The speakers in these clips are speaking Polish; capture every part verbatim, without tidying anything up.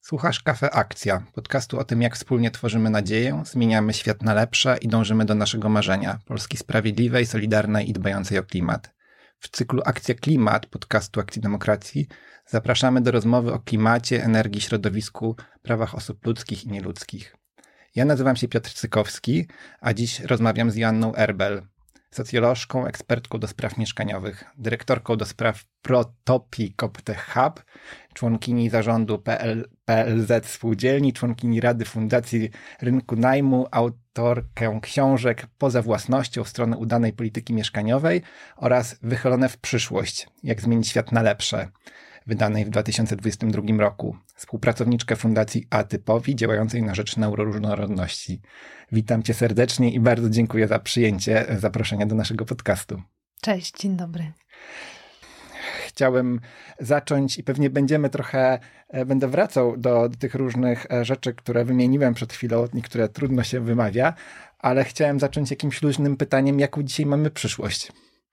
Słuchasz Cafe Akcja, podcastu o tym, jak wspólnie tworzymy nadzieję, zmieniamy świat na lepsze i dążymy do naszego marzenia, Polski sprawiedliwej, solidarnej i dbającej o klimat. W cyklu Akcja Klimat, podcastu Akcji Demokracji, zapraszamy do rozmowy o klimacie, energii, środowisku, prawach osób ludzkich i nieludzkich. Ja nazywam się Piotr Cykowski, a dziś rozmawiam z Joanną Erbel, socjolożką, ekspertką do spraw mieszkaniowych, dyrektorką do spraw Protopii CopTech Hub, członkini zarządu P L Z Spółdzielni, członkini Rady Fundacji Rynku Najmu, autorkę książek Poza własnością w stronę udanej polityki mieszkaniowej oraz Wychylone w przyszłość, jak zmienić świat na lepsze, wydanej w dwa tysiące dwudziestym drugim roku. Współpracowniczkę Fundacji Atypowi, działającej na rzecz neuroróżnorodności. Witam cię serdecznie i bardzo dziękuję za przyjęcie zaproszenia do naszego podcastu. Cześć, dzień dobry. Chciałem zacząć i pewnie będziemy trochę, będę wracał do, do tych różnych rzeczy, które wymieniłem przed chwilą, niektóre trudno się wymawia, ale chciałem zacząć jakimś luźnym pytaniem, jaką dzisiaj mamy przyszłość?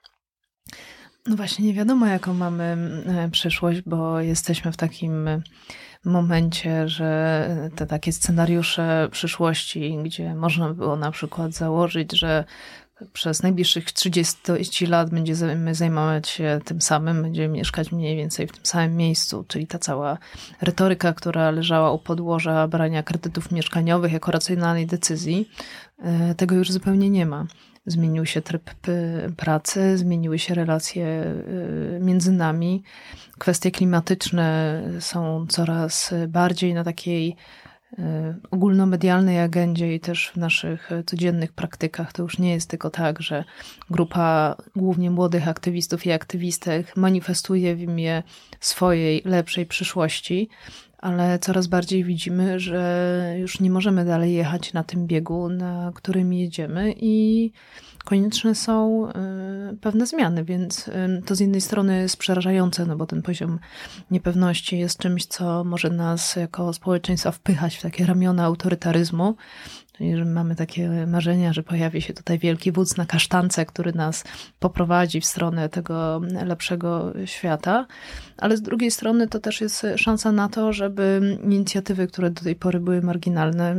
No właśnie, nie wiadomo, jaką mamy przyszłość, bo jesteśmy w takim momencie, że te takie scenariusze przyszłości, gdzie można było na przykład założyć, że przez najbliższych trzydzieści lat będziemy zajmować się tym samym, będziemy mieszkać mniej więcej w tym samym miejscu, czyli ta cała retoryka, która leżała u podłoża brania kredytów mieszkaniowych jako racjonalnej decyzji, tego już zupełnie nie ma. Zmienił się tryb pracy, zmieniły się relacje między nami. Kwestie klimatyczne są coraz bardziej na takiej ogólnomedialnej agendzie i też w naszych codziennych praktykach. To już nie jest tylko tak, że grupa głównie młodych aktywistów i aktywistek manifestuje w imię swojej lepszej przyszłości, ale coraz bardziej widzimy, że już nie możemy dalej jechać na tym biegu, na którym jedziemy i konieczne są pewne zmiany, więc to z jednej strony jest przerażające, no bo ten poziom niepewności jest czymś, co może nas jako społeczeństwa wpychać w takie ramiona autorytaryzmu. Czyli, że mamy takie marzenia, że pojawi się tutaj wielki wódz na kasztance, który nas poprowadzi w stronę tego lepszego świata. Ale z drugiej strony to też jest szansa na to, żeby inicjatywy, które do tej pory były marginalne,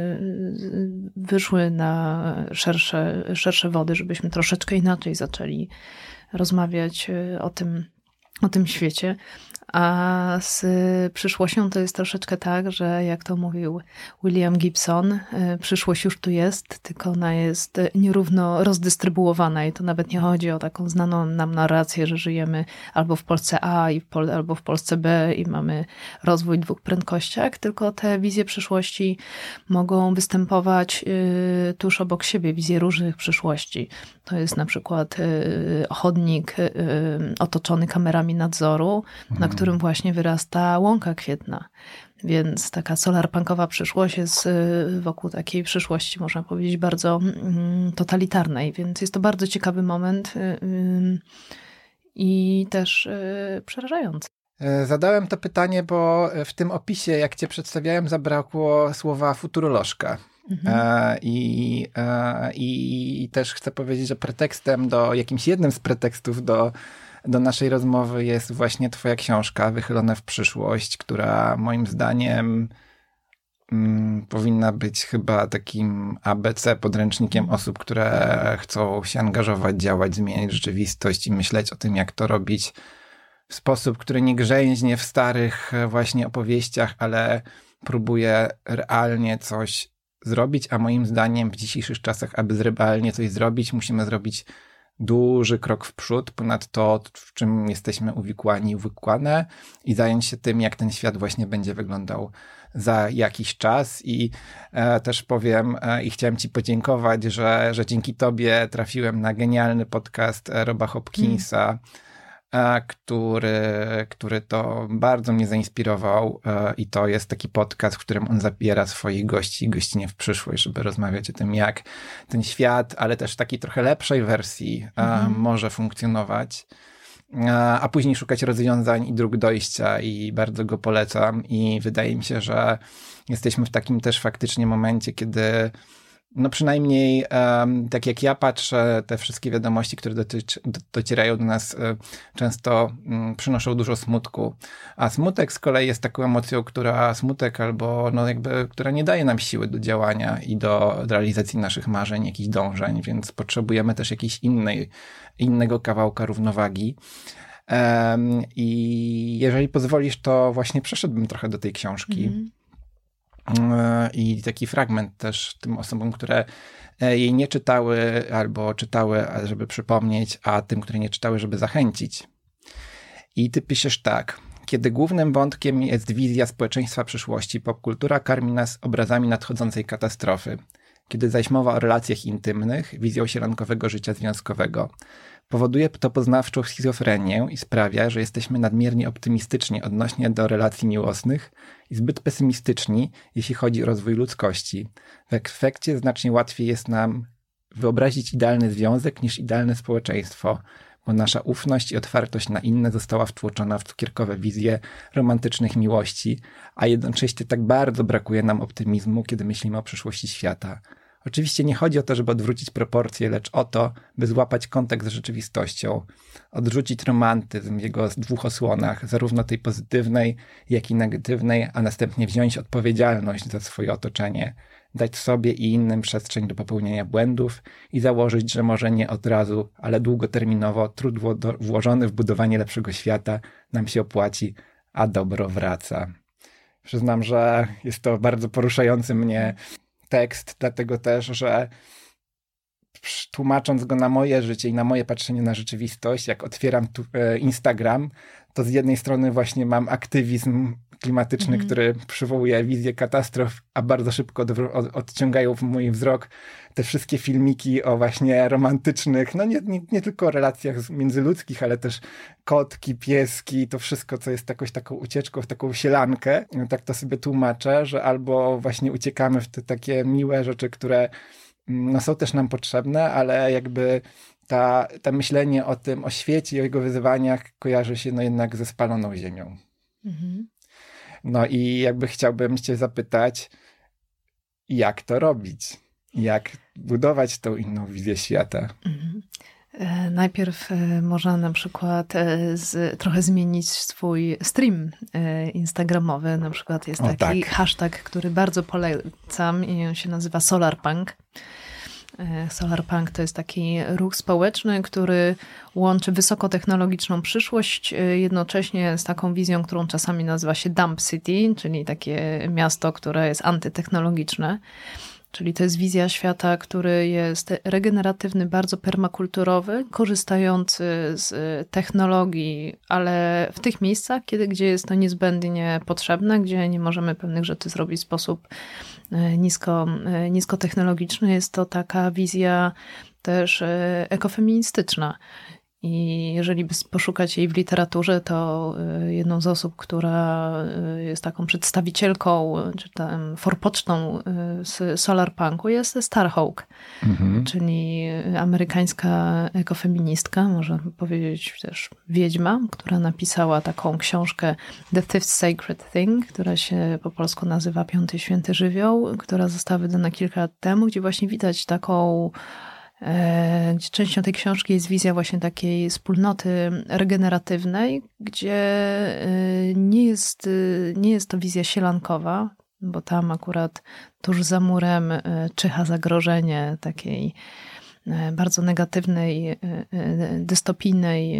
wyszły na szersze, szersze wody, żebyśmy troszeczkę inaczej zaczęli rozmawiać o tym, o tym świecie. A z przyszłością to jest troszeczkę tak, że jak to mówił William Gibson, przyszłość już tu jest, tylko ona jest nierówno rozdystrybuowana i to nawet nie chodzi o taką znaną nam narrację, że żyjemy albo w Polsce A i w Pol- albo w Polsce B i mamy rozwój w dwóch prędkościach, tylko te wizje przyszłości mogą występować y, tuż obok siebie, wizje różnych przyszłości. To jest na przykład y, chodnik y, otoczony kamerami nadzoru, na którym właśnie wyrasta łąka kwietna. Więc taka solarpunkowa przyszłość jest wokół takiej przyszłości, można powiedzieć, bardzo totalitarnej. Więc jest to bardzo ciekawy moment i też przerażający. Zadałem to pytanie, bo w tym opisie, jak cię przedstawiałem, zabrakło słowa futurolożka. Mhm. I, I też chcę powiedzieć, że pretekstem do, jakimś jednym z pretekstów do Do naszej rozmowy jest właśnie twoja książka Wychylone w przyszłość, która moim zdaniem mm, powinna być chyba takim A B C, podręcznikiem osób, które chcą się angażować, działać, zmieniać rzeczywistość i myśleć o tym, jak to robić w sposób, który nie grzęźnie w starych właśnie opowieściach, ale próbuje realnie coś zrobić, a moim zdaniem w dzisiejszych czasach, aby realnie coś zrobić, musimy zrobić duży krok w przód ponad to, w czym jesteśmy uwikłani i uwikłane i zająć się tym, jak ten świat właśnie będzie wyglądał za jakiś czas. I e, też powiem e, i chciałem ci podziękować, że, że dzięki tobie trafiłem na genialny podcast Roba Hopkinsa, mm. e, który, który to bardzo mnie zainspirował e, i to jest taki podcast, w którym on zabiera swoich gości i gościnie w przyszłość, żeby rozmawiać o tym, jak ten świat, ale też w takiej trochę lepszej wersji mm-hmm. e, może funkcjonować. A później szukać rozwiązań i dróg dojścia i bardzo go polecam i wydaje mi się, że jesteśmy w takim też faktycznie momencie, kiedy no przynajmniej um, tak jak ja patrzę, te wszystkie wiadomości, które dotyczy, do, docierają do nas y, często y, przynoszą dużo smutku. A smutek z kolei jest taką emocją, która smutek albo no jakby, która nie daje nam siły do działania i do realizacji naszych marzeń, jakichś dążeń, więc potrzebujemy też jakiejś innej, innego kawałka równowagi. Um, I jeżeli pozwolisz, to właśnie przeszedłbym trochę do tej książki. Mm. I taki fragment też tym osobom, które jej nie czytały albo czytały, żeby przypomnieć, a tym, które nie czytały, żeby zachęcić. I ty piszesz tak. Kiedy głównym wątkiem jest wizja społeczeństwa przyszłości, popkultura karmi nas obrazami nadchodzącej katastrofy. Kiedy zaś mowa o relacjach intymnych, wizją sielankowego życia związkowego. Powoduje to poznawczą schizofrenię i sprawia, że jesteśmy nadmiernie optymistyczni odnośnie do relacji miłosnych i zbyt pesymistyczni, jeśli chodzi o rozwój ludzkości. W efekcie znacznie łatwiej jest nam wyobrazić idealny związek niż idealne społeczeństwo, bo nasza ufność i otwartość na inne została wtłoczona w cukierkowe wizje romantycznych miłości, a jednocześnie tak bardzo brakuje nam optymizmu, kiedy myślimy o przyszłości świata. Oczywiście nie chodzi o to, żeby odwrócić proporcje, lecz o to, by złapać kontakt z rzeczywistością, odrzucić romantyzm w jego dwóch osłonach, zarówno tej pozytywnej, jak i negatywnej, a następnie wziąć odpowiedzialność za swoje otoczenie, dać sobie i innym przestrzeń do popełnienia błędów i założyć, że może nie od razu, ale długoterminowo trud włożony w budowanie lepszego świata nam się opłaci, a dobro wraca. Przyznam, że jest to bardzo poruszający mnie tekst, dlatego też, że tłumacząc go na moje życie i na moje patrzenie na rzeczywistość, jak otwieram tu, e, Instagram, to z jednej strony właśnie mam aktywizm klimatyczny, mm. który przywołuje wizję katastrof, a bardzo szybko od, od, odciągają w mój wzrok te wszystkie filmiki o właśnie romantycznych, no nie, nie, nie tylko relacjach międzyludzkich, ale też kotki, pieski, to wszystko, co jest jakąś taką ucieczką w taką sielankę. Tak to sobie tłumaczę, że albo właśnie uciekamy w te takie miłe rzeczy, które no, są też nam potrzebne, ale jakby ta, ta myślenie o tym, o świecie i o jego wyzwaniach kojarzy się no jednak ze spaloną ziemią. Mhm. No i jakby chciałbym cię zapytać, jak to robić? Jak budować tą inną wizję świata? Mhm. Najpierw można na przykład z, trochę zmienić swój stream instagramowy. Na przykład jest taki tak. hashtag, który bardzo polecam i on się nazywa Solarpunk. Solarpunk to jest taki ruch społeczny, który łączy wysokotechnologiczną przyszłość jednocześnie z taką wizją, którą czasami nazywa się Dump City, czyli takie miasto, które jest antytechnologiczne. Czyli to jest wizja świata, który jest regeneratywny, bardzo permakulturowy, korzystający z technologii, ale w tych miejscach, kiedy, gdzie jest to niezbędnie potrzebne, gdzie nie możemy pewnych rzeczy zrobić w sposób nisko, niskotechnologiczny. Jest to taka wizja też ekofeministyczna. I jeżeli by poszukać jej w literaturze, to jedną z osób, która jest taką przedstawicielką, czy tam forpocztą z Solarpunku jest Starhawk, mhm. czyli amerykańska ekofeministka, można powiedzieć też wiedźma, która napisała taką książkę The Fifth Sacred Thing, która się po polsku nazywa Piąty Święty Żywioł, która została wydana kilka lat temu, gdzie właśnie widać taką gdzie częścią tej książki jest wizja właśnie takiej wspólnoty regeneratywnej, gdzie nie jest, nie jest to wizja sielankowa, bo tam akurat tuż za murem czyha zagrożenie takiej bardzo negatywnej, dystopijnej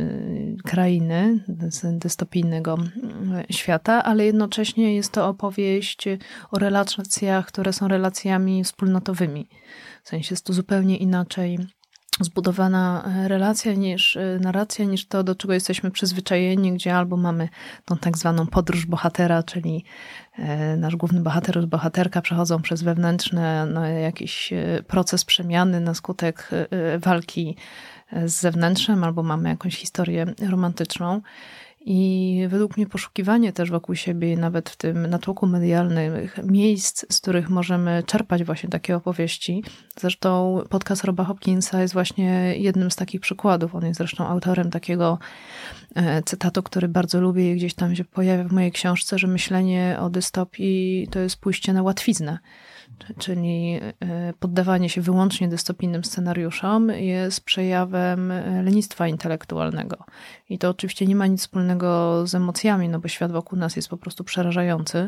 krainy, dystopijnego świata, ale jednocześnie jest to opowieść o relacjach, które są relacjami wspólnotowymi. W sensie jest to zupełnie inaczej zbudowana relacja niż narracja, niż to, do czego jesteśmy przyzwyczajeni, gdzie albo mamy tą tak zwaną podróż bohatera, czyli nasz główny bohater lub bohaterka przechodzą przez wewnętrzny no, jakiś proces przemiany na skutek walki z zewnętrzem, albo mamy jakąś historię romantyczną. I według mnie poszukiwanie też wokół siebie, nawet w tym natłoku medialnych, miejsc, z których możemy czerpać właśnie takie opowieści. Zresztą podcast Roba Hopkinsa jest właśnie jednym z takich przykładów. On jest zresztą autorem takiego cytatu, który bardzo lubię i gdzieś tam się pojawia w mojej książce, że myślenie o dystopii to jest pójście na łatwiznę. czyli poddawanie się wyłącznie dystopijnym scenariuszom jest przejawem lenistwa intelektualnego. I to oczywiście nie ma nic wspólnego z emocjami, no bo świat wokół nas jest po prostu przerażający.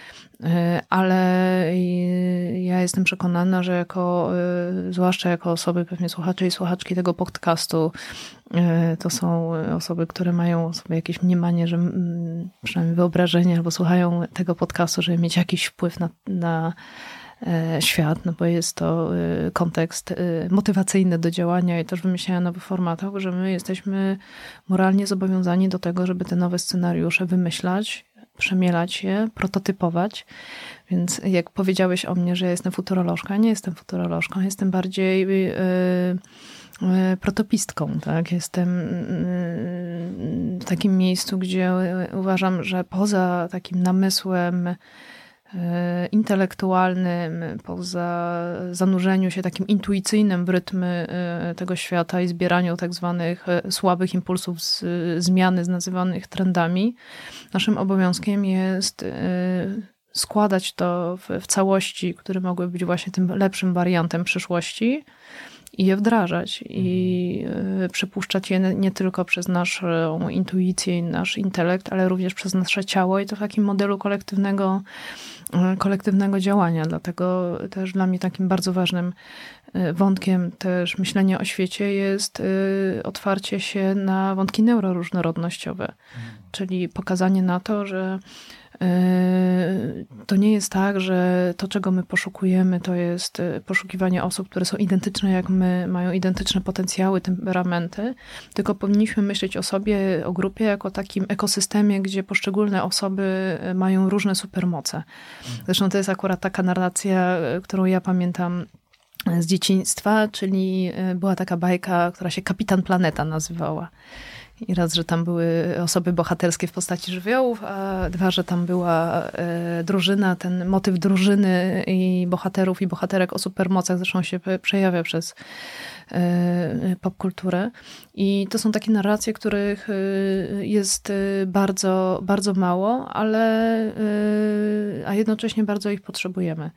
Ale ja jestem przekonana, że jako, zwłaszcza jako osoby, pewnie słuchacze i słuchaczki tego podcastu, to są osoby, które mają sobie jakieś mniemanie, że przynajmniej wyobrażenie, albo słuchają tego podcastu, żeby mieć jakiś wpływ na, na świat, no bo jest to kontekst motywacyjny do działania i też wymyślania nowych formatów, że my jesteśmy moralnie zobowiązani do tego, żeby te nowe scenariusze wymyślać, przemielać je, prototypować. Więc jak powiedziałeś o mnie, że ja jestem futurolożką, ja nie jestem futurolożką, jestem bardziej yy, yy, protopistką. Tak? Jestem yy, w takim miejscu, gdzie uważam, że poza takim namysłem intelektualnym, poza zanurzeniu się takim intuicyjnym w rytmy tego świata i zbieraniu tak zwanych słabych impulsów z zmiany, z nazywanych trendami, naszym obowiązkiem jest składać to w, w całości, które mogły być właśnie tym lepszym wariantem przyszłości i je wdrażać i y, przypuszczać je nie tylko przez naszą intuicję i nasz intelekt, ale również przez nasze ciało i to w takim modelu kolektywnego, y, kolektywnego działania. Dlatego też dla mnie takim bardzo ważnym y, wątkiem też myślenia o świecie jest y, otwarcie się na wątki neuroróżnorodnościowe, mm. czyli pokazanie na to, że to nie jest tak, że to, czego my poszukujemy, to jest poszukiwanie osób, które są identyczne jak my, mają identyczne potencjały, temperamenty, tylko powinniśmy myśleć o sobie, o grupie, jako takim ekosystemie, gdzie poszczególne osoby mają różne supermoce. Zresztą to jest akurat taka narracja, którą ja pamiętam z dzieciństwa, czyli była taka bajka, która się Kapitan Planeta nazywała. I raz, że tam były osoby bohaterskie w postaci żywiołów, a dwa, że tam była e, drużyna, ten motyw drużyny i bohaterów i bohaterek o supermocach zresztą się przejawia przez e, popkulturę. I to są takie narracje, których e, jest bardzo, bardzo mało, ale e, a jednocześnie bardzo ich potrzebujemy.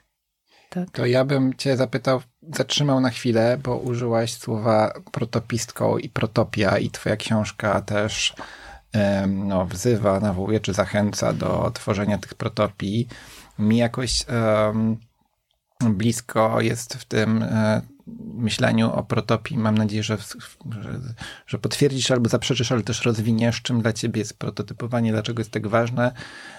Tak. To ja bym cię zapytał, zatrzymał na chwilę, bo użyłaś słowa protopistką i protopia i twoja książka też um, no, wzywa, nawołuje czy zachęca do tworzenia tych protopii. Mi jakoś um, blisko jest w tym um, myśleniu o protopii. Mam nadzieję, że, że, że potwierdzisz albo zaprzeczysz, ale też rozwiniesz, czym dla ciebie jest prototypowanie, dlaczego jest tak ważne.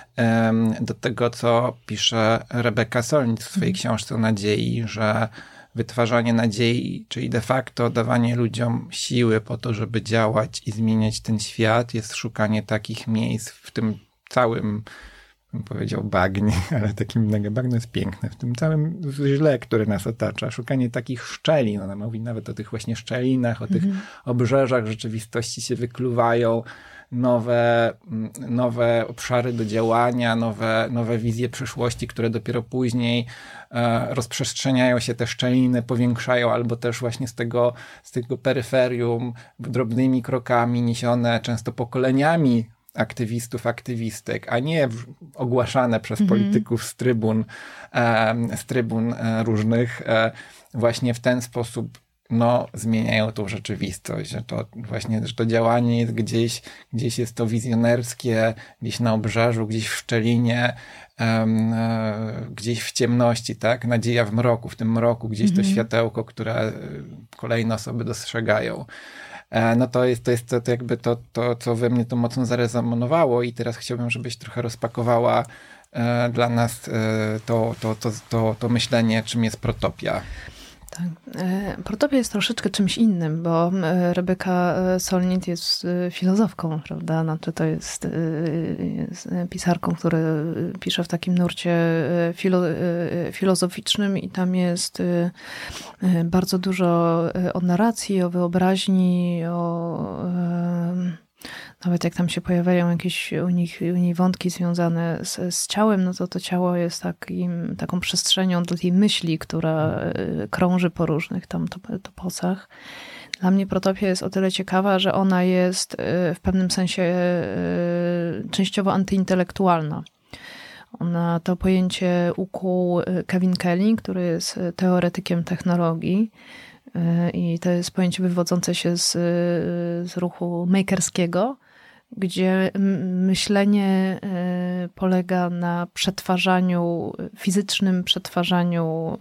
Do tego, co pisze Rebecca Solnit w swojej książce o nadziei, że wytwarzanie nadziei, czyli de facto dawanie ludziom siły po to, żeby działać i zmieniać ten świat, jest szukanie takich miejsc w tym całym, bym powiedział bagnie, ale takim mega bagno jest piękne, w tym całym źle, które nas otacza. Szukanie takich szczelin, ona mówi nawet o tych właśnie szczelinach, o tych mhm. obrzeżach rzeczywistości się wykluwają nowe, nowe obszary do działania, nowe, nowe wizje przyszłości, które dopiero później e, rozprzestrzeniają się, te szczeliny powiększają, albo też właśnie z tego, z tego peryferium drobnymi krokami niesione często pokoleniami aktywistów, aktywistek, a nie w, ogłaszane przez mhm. polityków z trybun, e, z trybun e, różnych, e, właśnie w ten sposób no, zmieniają tą rzeczywistość, że to właśnie, że to działanie jest gdzieś, gdzieś jest to wizjonerskie, gdzieś na obrzeżu, gdzieś w szczelinie, um, e, gdzieś w ciemności, tak? Nadzieja w mroku, w tym mroku gdzieś mhm. to światełko, które kolejne osoby dostrzegają. E, no to jest to, jest to, to jakby to, to, co we mnie to mocno zarezonowało i teraz chciałbym, żebyś trochę rozpakowała e, dla nas e, to, to, to, to, to myślenie, czym jest protopia. Tak. Protopia jest troszeczkę czymś innym, bo Rebecca Solnit jest filozofką, prawda? Znaczy to jest, jest pisarką, która pisze w takim nurcie filo, filozoficznym i tam jest bardzo dużo o narracji, o wyobraźni, o... Nawet jak tam się pojawiają jakieś u nich, u nich wątki związane z, z ciałem, no to to ciało jest takim, taką przestrzenią do tej myśli, która krąży po różnych tam toposach. Dla mnie protopia jest o tyle ciekawa, że ona jest w pewnym sensie częściowo antyintelektualna. Ona to pojęcie ukuł Kevin Kelly, który jest teoretykiem technologii i to jest pojęcie wywodzące się z, z ruchu makerskiego, gdzie myślenie polega na przetwarzaniu, fizycznym przetwarzaniu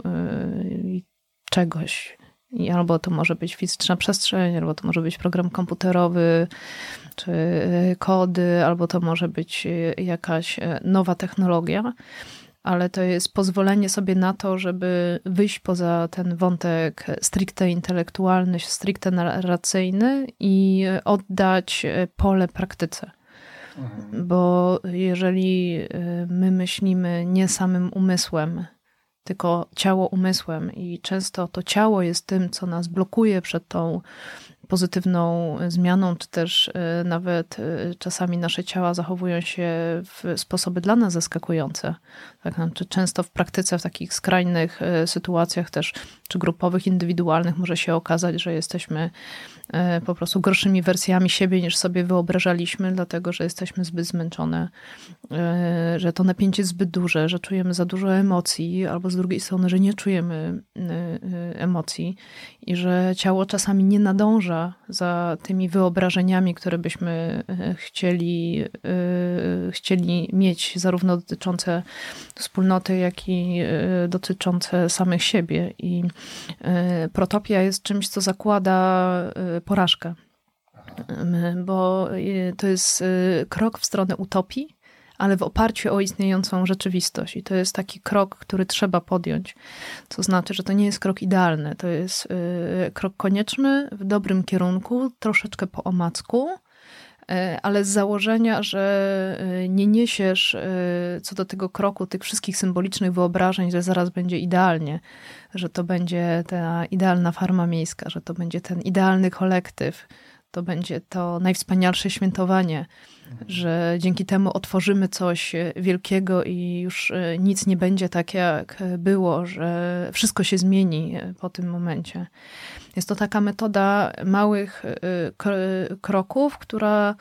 czegoś. I albo to może być fizyczna przestrzeń, albo to może być program komputerowy, czy kody, albo to może być jakaś nowa technologia, ale to jest pozwolenie sobie na to, żeby wyjść poza ten wątek stricte intelektualny, stricte narracyjny i oddać pole praktyce. Mhm. Bo jeżeli my myślimy nie samym umysłem, tylko ciało umysłem i często to ciało jest tym, co nas blokuje przed tą pozytywną zmianą, czy też nawet czasami nasze ciała zachowują się w sposoby dla nas zaskakujące. Tak, znaczy często w praktyce, w takich skrajnych sytuacjach też, czy grupowych, indywidualnych może się okazać, że jesteśmy po prostu gorszymi wersjami siebie niż sobie wyobrażaliśmy, dlatego że jesteśmy zbyt zmęczone, że to napięcie jest zbyt duże, że czujemy za dużo emocji, albo z drugiej strony, że nie czujemy emocji i że ciało czasami nie nadąża za tymi wyobrażeniami, które byśmy chcieli, chcieli mieć, zarówno dotyczące wspólnoty, jak i dotyczące samych siebie. I protopia jest czymś, co zakłada porażkę, bo to jest krok w stronę utopii, ale w oparciu o istniejącą rzeczywistość. I to jest taki krok, który trzeba podjąć. Co znaczy, że to nie jest krok idealny. To jest krok konieczny, w dobrym kierunku, troszeczkę po omacku, ale z założenia, że nie niesiesz co do tego kroku tych wszystkich symbolicznych wyobrażeń, że zaraz będzie idealnie, że to będzie ta idealna farma miejska, że to będzie ten idealny kolektyw, to będzie to najwspanialsze świętowanie, że dzięki temu otworzymy coś wielkiego i już nic nie będzie tak, jak było, że wszystko się zmieni po tym momencie. Jest to taka metoda małych kroków, która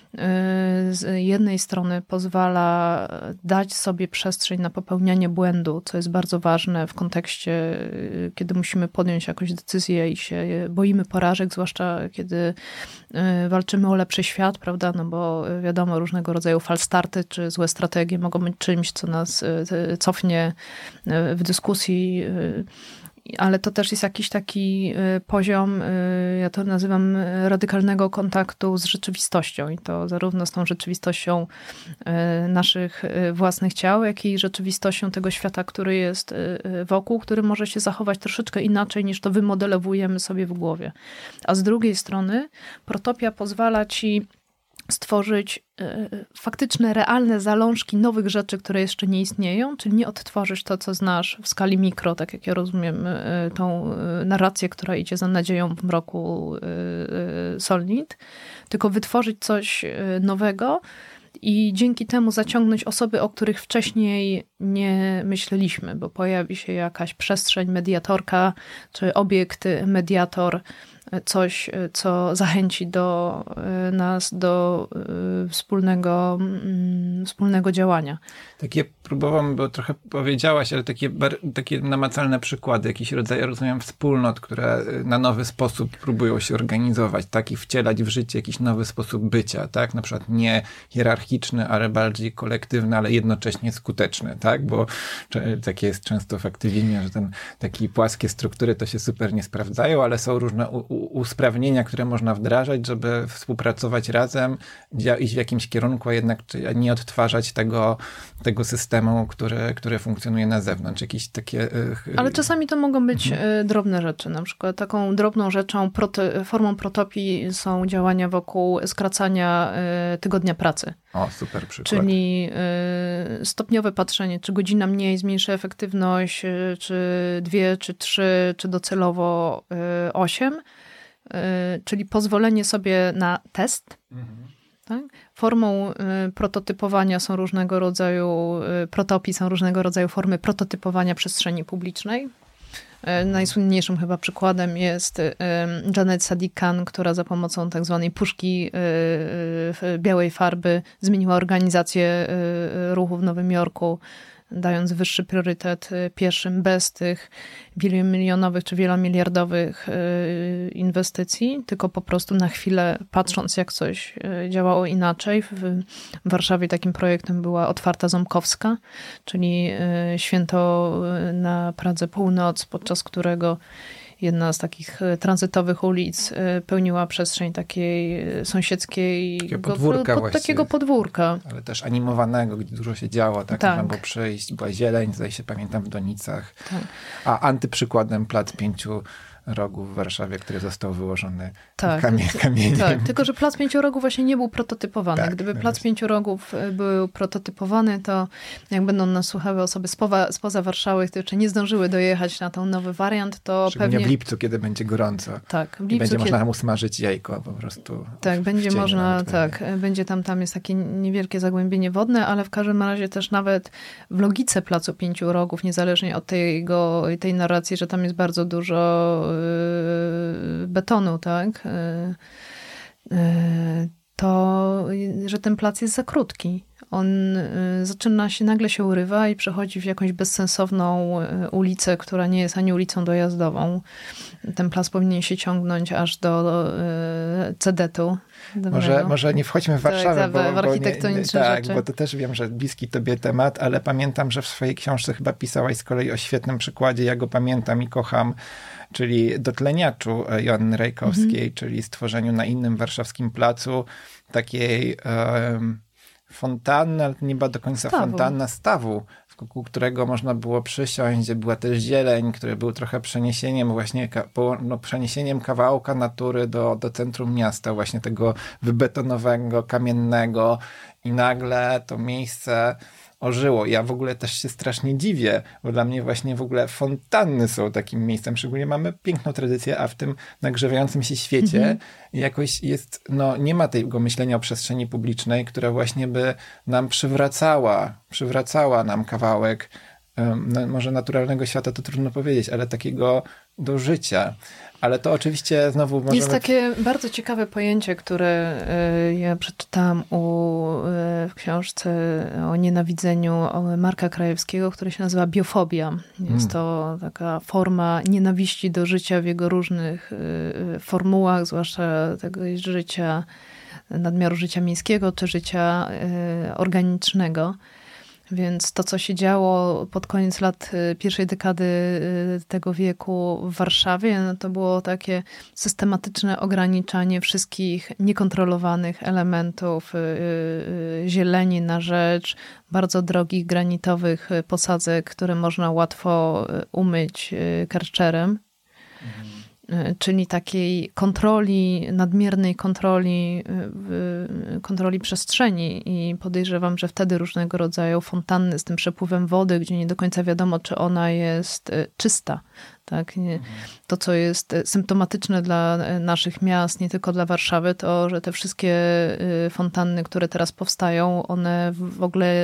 z jednej strony pozwala dać sobie przestrzeń na popełnianie błędu, co jest bardzo ważne w kontekście, kiedy musimy podjąć jakąś decyzję i się boimy porażek, zwłaszcza kiedy walczymy o lepszy świat, prawda, no bo wiadomo, różnego rodzaju falstarty czy złe strategie mogą być czymś, co nas cofnie w dyskusji, ale to też jest jakiś taki poziom, ja to nazywam radykalnego kontaktu z rzeczywistością i to zarówno z tą rzeczywistością naszych własnych ciał, jak i rzeczywistością tego świata, który jest wokół, który może się zachować troszeczkę inaczej niż to wymodelowujemy sobie w głowie. A z drugiej strony protopia pozwala ci stworzyć faktyczne, realne zalążki nowych rzeczy, które jeszcze nie istnieją, czyli nie odtworzysz to, co znasz w skali mikro, tak jak ja rozumiem tą narrację, która idzie za nadzieją w mroku Solnit, tylko wytworzyć coś nowego i dzięki temu zaciągnąć osoby, o których wcześniej nie myśleliśmy, bo pojawi się jakaś przestrzeń, mediatorka, czy obiekt, mediator, coś, co zachęci do nas do wspólnego, wspólnego działania. Takie próbowałem, bo trochę powiedziałaś, ale takie, takie namacalne przykłady, jakiś rodzaj, rozumiem, wspólnot, które na nowy sposób próbują się organizować, tak, i wcielać w życie jakiś nowy sposób bycia, tak, na przykład nie hierarchiczny, ale bardziej kolektywny, ale jednocześnie skuteczny, tak, bo takie jest często w aktywizmie, że ten, takie płaskie struktury to się super nie sprawdzają, ale są różne u, u, usprawnienia, które można wdrażać, żeby współpracować razem, iść w jakimś kierunku, a jednak nie odtwarzać tego, tego systemu, który, który funkcjonuje na zewnątrz. Jakieś takie... Ale czasami to mogą być mhm. drobne rzeczy. Na przykład taką drobną rzeczą, proto, formą protopii są działania wokół skracania tygodnia pracy. O, super przykład. Czyli stopniowe patrzenie, czy godzina mniej zmniejszy efektywność, czy dwie, czy trzy, czy docelowo osiem. Czyli pozwolenie sobie na test. Mhm. Tak? Formą y, prototypowania są różnego rodzaju, y, protopii są różnego rodzaju formy prototypowania przestrzeni publicznej. Najsłynniejszym chyba przykładem jest Janet Sadiq-Khan, która za pomocą tak zwanej puszki białej farby zmieniła organizację ruchu w Nowym Jorku, dając wyższy priorytet pieszym bez tych wielomilionowych czy wielomiliardowych inwestycji, tylko po prostu na chwilę patrząc, jak coś działało inaczej. W Warszawie takim projektem była Otwarta Ząbkowska, czyli święto na Pradze Północ, podczas którego jedna z takich tranzytowych ulic pełniła przestrzeń takiej sąsiedzkiej, takiego podwórka, pod, takiego podwórka. Ale też animowanego, gdzie dużo się działo, tak? tak. Można było przyjść, była zieleń, zdaje się, pamiętam, w Donicach. Tak. A antyprzykładem Plac Pięciu Rogów w Warszawie, który został wyłożony tak. kamie, kamieniem. Tak, tylko że Plac Pięciu Rogów właśnie nie był prototypowany. Tak, Gdyby no Plac właśnie. Pięciu Rogów był prototypowany, to jak będą nas słuchały osoby spoza, spoza Warszawy, które jeszcze nie zdążyły dojechać na ten nowy wariant, to Szczególnie pewnie... w lipcu, kiedy będzie gorąco. Tak, w lipcu, I będzie kiedy... można tam usmażyć jajko po prostu. Tak, w, będzie w można, nawet tak, będzie. będzie tam, tam jest takie niewielkie zagłębienie wodne, ale w każdym razie też nawet w logice Placu Pięciu Rogów, niezależnie od tego, tej narracji, że tam jest bardzo dużo yy, betonu, tak, yy, yy, to, że ten plac jest za krótki. On y, zaczyna się, nagle się urywa i przechodzi w jakąś bezsensowną y, ulicę, która nie jest ani ulicą dojazdową. Ten plac powinien się ciągnąć aż do y, Cedetu. Może, może nie wchodźmy w Warszawę, tak, bo, w bo architektoniczne nie, tak, rzeczy. bo to też wiem, że bliski tobie temat, ale pamiętam, że w swojej książce chyba pisałaś z kolei o świetnym przykładzie, ja go pamiętam i kocham, czyli Dotleniaczu Joanny Rajkowskiej, mhm. czyli stworzeniu na innym warszawskim placu takiej um, fontanny, ale nie była do końca stawu. fontanna, stawu, wokół którego można było przysiąść, gdzie była też zieleń, który był trochę przeniesieniem właśnie, no, przeniesieniem kawałka natury do, do centrum miasta, właśnie tego wybetonowanego, kamiennego i nagle to miejsce ożyło. Ja w ogóle też się strasznie dziwię, bo dla mnie właśnie w ogóle fontanny są takim miejscem. Szczególnie mamy piękną tradycję, a w tym nagrzewającym się świecie mm-hmm. jakoś jest, no nie ma tego myślenia o przestrzeni publicznej, która właśnie by nam przywracała, przywracała nam kawałek, no, może naturalnego świata to trudno powiedzieć, ale takiego do życia. Ale to oczywiście znowu możemy... Jest takie bardzo ciekawe pojęcie, które ja przeczytałam u, w książce o nienawidzeniu Marka Krajewskiego, które się nazywa biofobia. Jest hmm. to taka forma nienawiści do życia w jego różnych formułach, zwłaszcza tego życia, nadmiaru życia miejskiego czy życia organicznego. Więc to, co się działo pod koniec lat pierwszej dekady tego wieku w Warszawie, no to było takie systematyczne ograniczanie wszystkich niekontrolowanych elementów zieleni na rzecz bardzo drogich, granitowych posadzek, które można łatwo umyć karczerem. Mhm. Czyli takiej kontroli, nadmiernej kontroli, kontroli przestrzeni i podejrzewam, że wtedy różnego rodzaju fontanny z tym przepływem wody, gdzie nie do końca wiadomo, czy ona jest czysta. Tak? To, co jest symptomatyczne dla naszych miast, nie tylko dla Warszawy, to, że te wszystkie fontanny, które teraz powstają, one w ogóle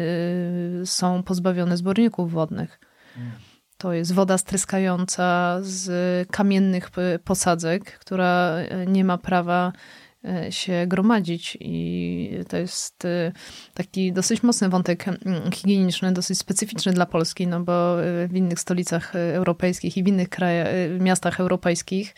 są pozbawione zbiorników wodnych. To jest woda stryskająca z kamiennych posadzek, która nie ma prawa się gromadzić. I to jest taki dosyć mocny wątek higieniczny, dosyć specyficzny dla Polski, no bo w innych stolicach europejskich i w innych krajach, miastach europejskich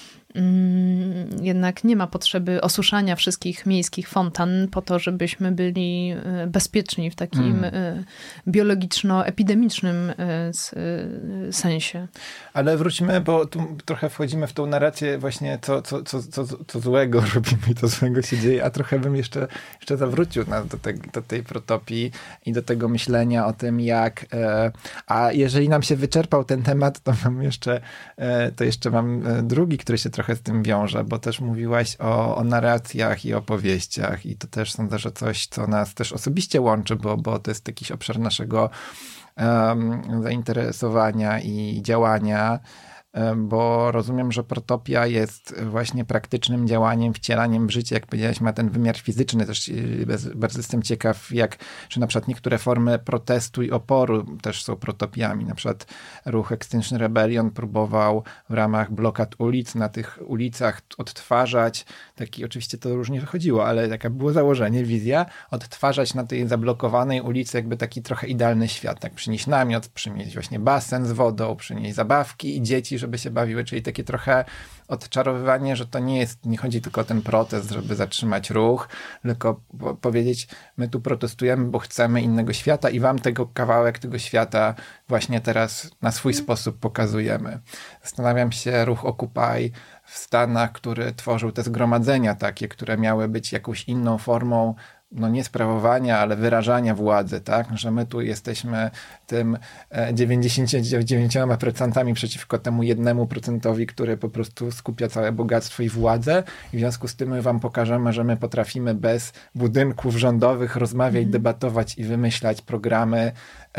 jednak nie ma potrzeby osuszania wszystkich miejskich fontan po to, żebyśmy byli bezpieczni w takim mm. biologiczno-epidemicznym sensie. Ale wróćmy, bo tu trochę wchodzimy w tą narrację właśnie co, co, co, co, co złego robimy i co złego się dzieje, a trochę bym jeszcze, jeszcze zawrócił nas do, te, do tej protopii i do tego myślenia o tym, jak e, a jeżeli nam się wyczerpał ten temat, to mam jeszcze e, to jeszcze mam drugi, który się trochę z tym wiąże, bo też mówiłaś o, o narracjach i opowieściach i to też sądzę, że coś, co nas też osobiście łączy, bo, bo to jest jakiś obszar naszego um, zainteresowania i działania. bo rozumiem, że protopia jest właśnie praktycznym działaniem, wcielaniem w życie, jak powiedziałeś, ma ten wymiar fizyczny. Też bardzo jestem ciekaw, jak, czy na przykład niektóre formy protestu i oporu też są protopiami. Na przykład ruch Extinction Rebellion próbował w ramach blokad ulic na tych ulicach odtwarzać, taki, oczywiście to różnie wychodziło, ale taka było założenie, wizja, odtwarzać na tej zablokowanej ulicy jakby taki trochę idealny świat. Tak, przynieść namiot, przynieść właśnie basen z wodą, przynieść zabawki i dzieci, żeby się bawiły, czyli takie trochę odczarowywanie, że to nie jest, nie chodzi tylko o ten protest, żeby zatrzymać ruch, tylko po- powiedzieć, my tu protestujemy, bo chcemy innego świata i wam tego kawałek tego świata właśnie teraz na swój mm. sposób pokazujemy. Zastanawiam się, ruch Occupy w Stanach, który tworzył te zgromadzenia takie, które miały być jakąś inną formą no nie sprawowania, ale wyrażania władzy, tak? Że my tu jesteśmy tym dziewięćdziesiąt dziewięć procent przeciwko temu jednemu procentowi, który po prostu skupia całe bogactwo i władzę i w związku z tym my wam pokażemy, że my potrafimy bez budynków rządowych rozmawiać, mm. debatować i wymyślać programy,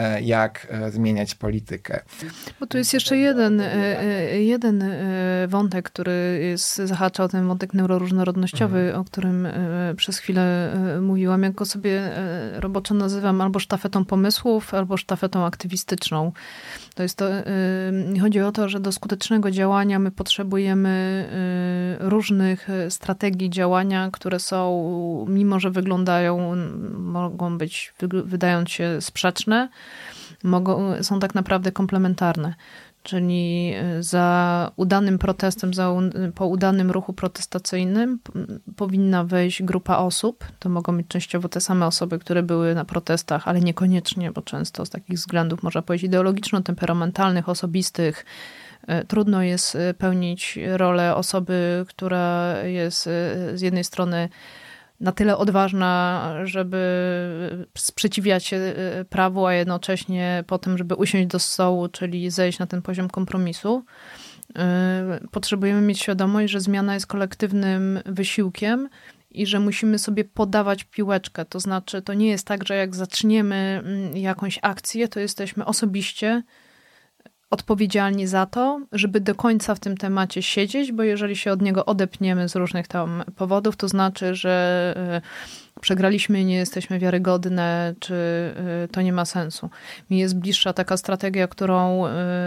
jak zmieniać politykę. Bo tu jest jeszcze jeden, jeden wątek, który jest, zahacza o ten wątek neuroróżnorodnościowy, mhm. o którym przez chwilę mówiłam. Ja go sobie roboczo nazywam albo sztafetą pomysłów, albo sztafetą aktywistyczną. To jest to, chodzi o to, że do skutecznego działania my potrzebujemy różnych strategii działania, które są, mimo że wyglądają, mogą być, wydając się sprzeczne, mogą, są tak naprawdę komplementarne. Czyli za udanym protestem, za, po udanym ruchu protestacyjnym powinna wejść grupa osób. To mogą być częściowo te same osoby, które były na protestach, ale niekoniecznie, bo często z takich względów, można powiedzieć, ideologiczno-temperamentalnych, osobistych, trudno jest pełnić rolę osoby, która jest z jednej strony na tyle odważna, żeby sprzeciwiać się prawu, a jednocześnie po tym, żeby usiąść do stołu, czyli zejść na ten poziom kompromisu. Potrzebujemy mieć świadomość, że zmiana jest kolektywnym wysiłkiem i że musimy sobie podawać piłeczkę. To znaczy, to nie jest tak, że jak zaczniemy jakąś akcję, to jesteśmy osobiście odpowiedzialni za to, żeby do końca w tym temacie siedzieć, bo jeżeli się od niego odepniemy z różnych tam powodów, to znaczy, że przegraliśmy i nie jesteśmy wiarygodne, czy to nie ma sensu. Mi jest bliższa taka strategia, którą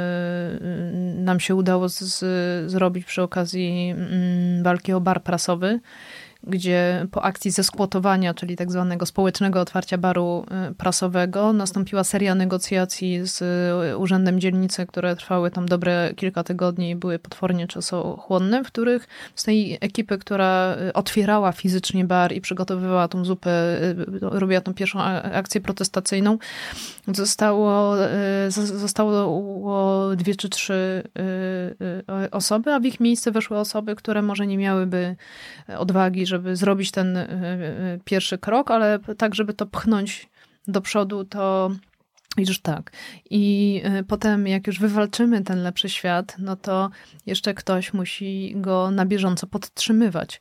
nam się udało z, zrobić przy okazji walki o bar prasowy, gdzie po akcji zeskłotowania, czyli tak zwanego społecznego otwarcia baru prasowego, nastąpiła seria negocjacji z Urzędem Dzielnicy, które trwały tam dobre kilka tygodni i były potwornie czasochłonne, w których z tej ekipy, która otwierała fizycznie bar i przygotowywała tą zupę, robiła tą pierwszą akcję protestacyjną, zostało, zostało dwie czy trzy osoby, a w ich miejsce weszły osoby, które może nie miałyby odwagi, żeby zrobić ten pierwszy krok, ale tak, żeby to pchnąć do przodu, to już tak. I potem, jak już wywalczymy ten lepszy świat, no to jeszcze ktoś musi go na bieżąco podtrzymywać.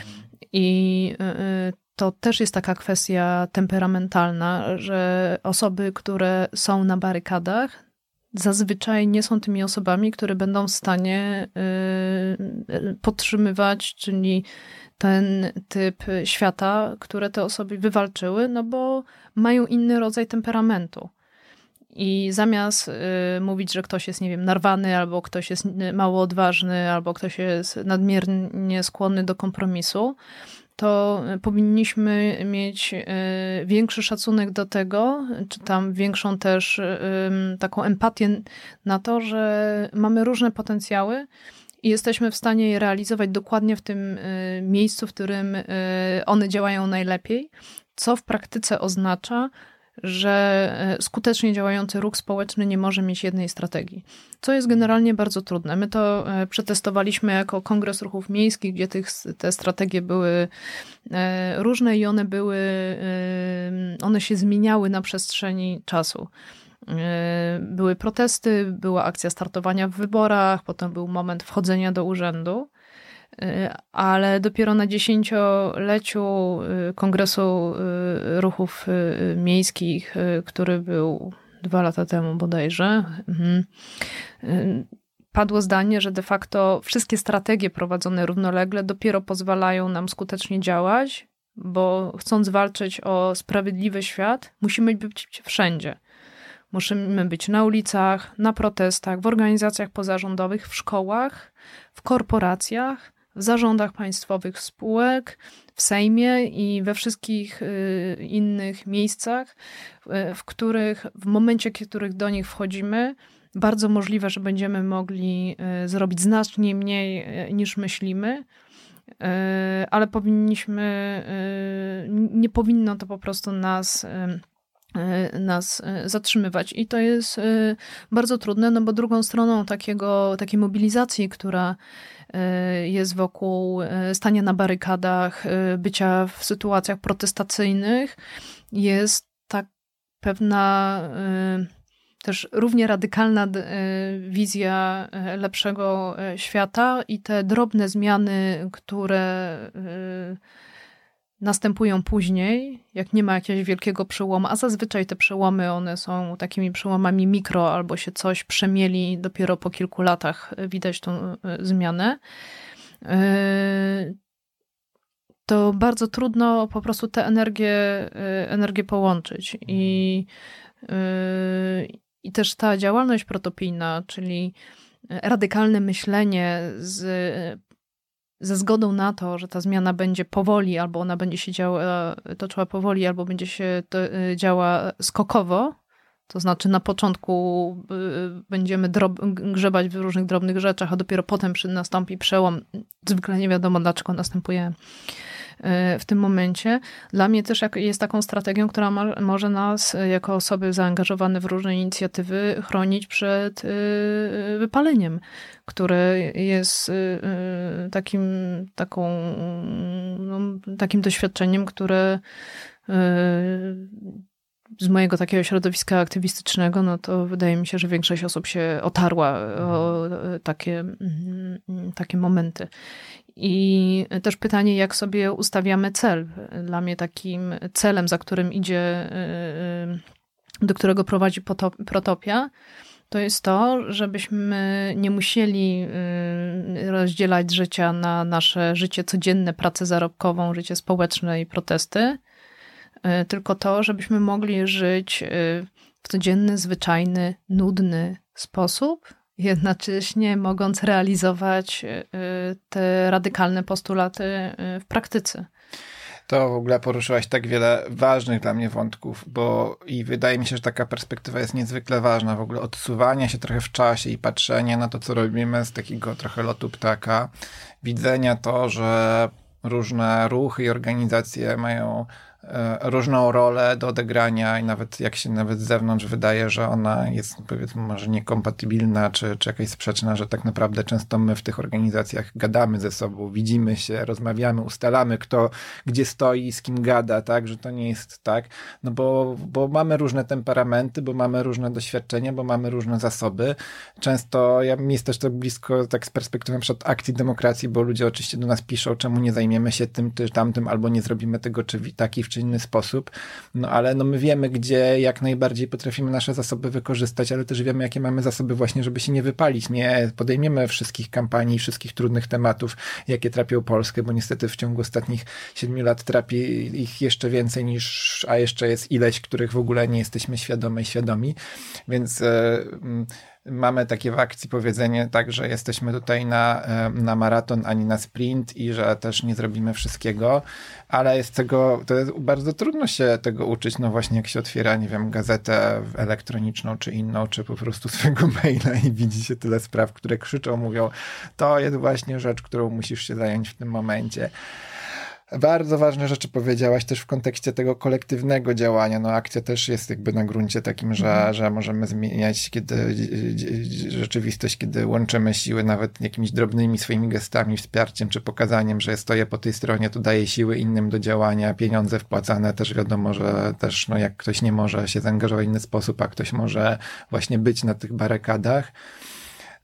I to też jest taka kwestia temperamentalna, że osoby, które są na barykadach, zazwyczaj nie są tymi osobami, które będą w stanie podtrzymywać, czyli ten typ świata, które te osoby wywalczyły, no bo mają inny rodzaj temperamentu. I zamiast y, mówić, że ktoś jest, nie wiem, narwany, albo ktoś jest mało odważny, albo ktoś jest nadmiernie skłonny do kompromisu, to powinniśmy mieć y, większy szacunek do tego, czy tam większą też y, taką empatię na to, że mamy różne potencjały, i jesteśmy w stanie je realizować dokładnie w tym y, miejscu, w którym y, one działają najlepiej, co w praktyce oznacza, że skutecznie działający ruch społeczny nie może mieć jednej strategii, co jest generalnie bardzo trudne. My to y, przetestowaliśmy jako Kongres Ruchów Miejskich, gdzie tych, te strategie były y, różne i one były, y, one się zmieniały na przestrzeni czasu. Były protesty, była akcja startowania w wyborach, potem był moment wchodzenia do urzędu, ale dopiero na dziesięcioleciu Kongresu Ruchów Miejskich, który był dwa lata temu bodajże, padło zdanie, że de facto wszystkie strategie prowadzone równolegle dopiero pozwalają nam skutecznie działać, bo chcąc walczyć o sprawiedliwy świat, musimy być wszędzie. Musimy być na ulicach, na protestach, w organizacjach pozarządowych, w szkołach, w korporacjach, w zarządach państwowych spółek, w Sejmie i we wszystkich y, innych miejscach, y, w których w momencie, w których do nich wchodzimy, bardzo możliwe, że będziemy mogli y, zrobić znacznie mniej y, niż myślimy, y, ale powinniśmy, y, nie powinno to po prostu nas y, nas zatrzymywać. I to jest bardzo trudne, no bo drugą stroną takiego, takiej mobilizacji, która jest wokół stania na barykadach, bycia w sytuacjach protestacyjnych, jest tak pewna też równie radykalna wizja lepszego świata i te drobne zmiany, które następują później, jak nie ma jakiegoś wielkiego przełomu, a zazwyczaj te przełomy, one są takimi przełomami mikro, albo się coś przemieli, dopiero po kilku latach widać tą zmianę. To bardzo trudno po prostu te energię, energię połączyć. I, i też ta działalność protopijna, czyli radykalne myślenie z ze zgodą na to, że ta zmiana będzie powoli, albo ona będzie się działa, toczyła powoli, albo będzie się to, działa skokowo, to znaczy na początku będziemy drob, grzebać w różnych drobnych rzeczach, a dopiero potem przy, nastąpi przełom. Zwykle nie wiadomo, dlaczego następuje w tym momencie. Dla mnie też jest taką strategią, która ma, może nas, jako osoby zaangażowane w różne inicjatywy, chronić przed wypaleniem, które jest takim, taką, no, takim doświadczeniem, które z mojego takiego środowiska aktywistycznego, no to wydaje mi się, że większość osób się otarła o takie, takie momenty. I też pytanie, jak sobie ustawiamy cel. Dla mnie takim celem, za którym idzie, do którego prowadzi Protopia, to jest to, żebyśmy nie musieli rozdzielać życia na nasze życie codzienne, pracę zarobkową, życie społeczne i protesty, tylko to, żebyśmy mogli żyć w codzienny, zwyczajny, nudny sposób, jednocześnie mogąc realizować te radykalne postulaty w praktyce. To w ogóle poruszyłaś tak wiele ważnych dla mnie wątków, bo i wydaje mi się, że taka perspektywa jest niezwykle ważna, w ogóle odsuwania się trochę w czasie i patrzenia na to, co robimy z takiego trochę lotu ptaka, widzenia to, że różne ruchy i organizacje mają różną rolę do odegrania i nawet jak się nawet z zewnątrz wydaje, że ona jest, powiedzmy, może niekompatybilna czy, czy jakaś sprzeczna, że tak naprawdę często my w tych organizacjach gadamy ze sobą, widzimy się, rozmawiamy, ustalamy, kto gdzie stoi, z kim gada, tak, że to nie jest tak, no bo, bo mamy różne temperamenty, bo mamy różne doświadczenia, bo mamy różne zasoby. Często, ja mi jest też to blisko tak z perspektywy przed akcji demokracji, bo ludzie oczywiście do nas piszą, czemu nie zajmiemy się tym czy tamtym, albo nie zrobimy tego czy taki czy inny sposób, no ale no my wiemy, gdzie jak najbardziej potrafimy nasze zasoby wykorzystać, ale też wiemy, jakie mamy zasoby właśnie, żeby się nie wypalić. Nie podejmiemy wszystkich kampanii, wszystkich trudnych tematów, jakie trapią Polskę, bo niestety w ciągu ostatnich siedmiu lat trapi ich jeszcze więcej niż, a jeszcze jest ileś, których w ogóle nie jesteśmy świadome i świadomi, więc yy, mamy takie w akcji powiedzenie tak, że jesteśmy tutaj na, na maraton, ani na sprint i że też nie zrobimy wszystkiego, ale jest tego, to jest bardzo trudno się tego uczyć, no właśnie jak się otwiera, nie wiem, gazetę elektroniczną czy inną, czy po prostu swojego maila i widzi się tyle spraw, które krzyczą, mówią, to jest właśnie rzecz, którą musisz się zająć w tym momencie. Bardzo ważne rzeczy powiedziałaś też w kontekście tego kolektywnego działania. No akcja też jest jakby na gruncie takim, że, mhm. że możemy zmieniać kiedy, rzeczywistość, kiedy łączymy siły nawet jakimiś drobnymi swoimi gestami, wsparciem czy pokazaniem, że stoję po tej stronie, tu daję siły innym do działania, pieniądze wpłacane, też wiadomo, że też no jak ktoś nie może się zaangażować w inny sposób, a ktoś może właśnie być na tych barykadach.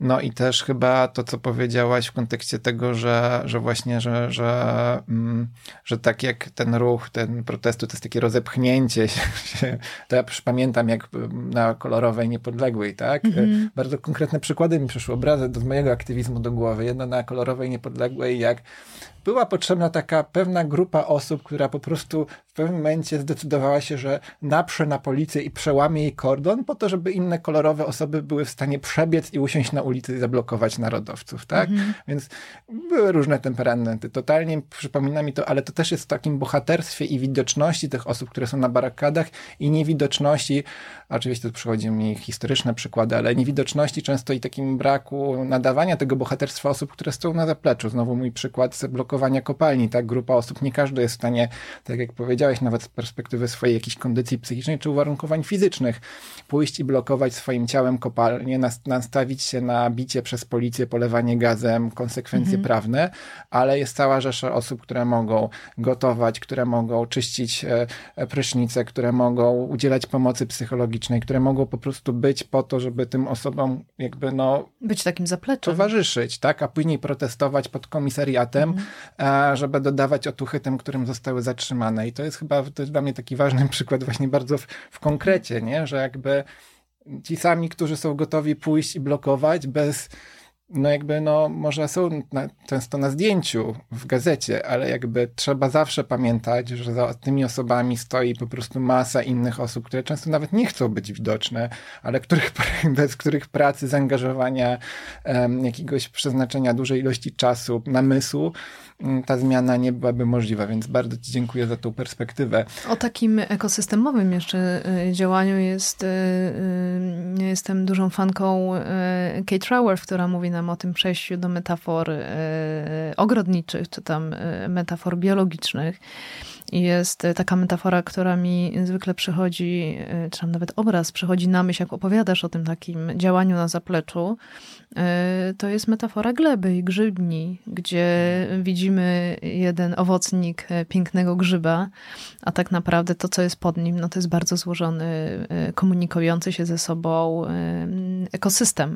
No i też chyba to, co powiedziałaś w kontekście tego, że, że właśnie, że, że, mm, że tak jak ten ruch, ten protestu, to jest takie rozepchnięcie się. To ja już pamiętam, jak na kolorowej Niepodległej, tak? Mm-hmm. Bardzo konkretne przykłady mi przyszły, obrazy do mojego aktywizmu do głowy. Jedno na kolorowej Niepodległej, jak była potrzebna taka pewna grupa osób, która po prostu w pewnym momencie zdecydowała się, że naprze na policję i przełamie jej kordon po to, żeby inne kolorowe osoby były w stanie przebiec i usiąść na ulicy i zablokować narodowców, tak? Mhm. Więc były różne temperamenty. Totalnie przypomina mi to, ale to też jest w takim bohaterstwie i widoczności tych osób, które są na barykadach i niewidoczności, oczywiście tu przychodzi mi historyczne przykłady, ale niewidoczności często i takim braku nadawania tego bohaterstwa osób, które stoją na zapleczu. Znowu mój przykład zablokowania kopalni, tak? Grupa osób, nie każdy jest w stanie, tak jak powiedziałeś, nawet z perspektywy swojej jakiejś kondycji psychicznej czy uwarunkowań fizycznych, pójść i blokować swoim ciałem kopalnię, nastawić się na bicie przez policję, polewanie gazem, konsekwencje mhm. prawne, ale jest cała rzesza osób, które mogą gotować, które mogą czyścić e, prysznice, które mogą udzielać pomocy psychologicznej, które mogą po prostu być po to, żeby tym osobom jakby no... być takim zapleczem. Towarzyszyć, tak? A później protestować pod komisariatem, mhm. a, żeby dodawać otuchy tym, którym zostały zatrzymane. I to jest chyba to jest dla mnie taki ważny przykład właśnie bardzo w, w konkrecie, nie? Że jakby ci sami, którzy są gotowi pójść i blokować bez, no jakby no może są na, często na zdjęciu w gazecie, ale jakby trzeba zawsze pamiętać, że za tymi osobami stoi po prostu masa innych osób, które często nawet nie chcą być widoczne, ale których, bez których pracy, zaangażowania, um, jakiegoś przeznaczenia dużej ilości czasu, namysłu, ta zmiana nie byłaby możliwa, więc bardzo ci dziękuję za tą perspektywę. O takim ekosystemowym jeszcze działaniu jest, jestem dużą fanką Kate Raworth, która mówi nam o tym przejściu do metafor ogrodniczych, czy tam metafor biologicznych. I jest taka metafora, która mi zwykle przychodzi, czy tam nawet obraz przychodzi na myśl, jak opowiadasz o tym takim działaniu na zapleczu. To jest metafora gleby i grzybni, gdzie widzimy jeden owocnik pięknego grzyba, a tak naprawdę to, co jest pod nim, no to jest bardzo złożony, komunikujący się ze sobą ekosystem.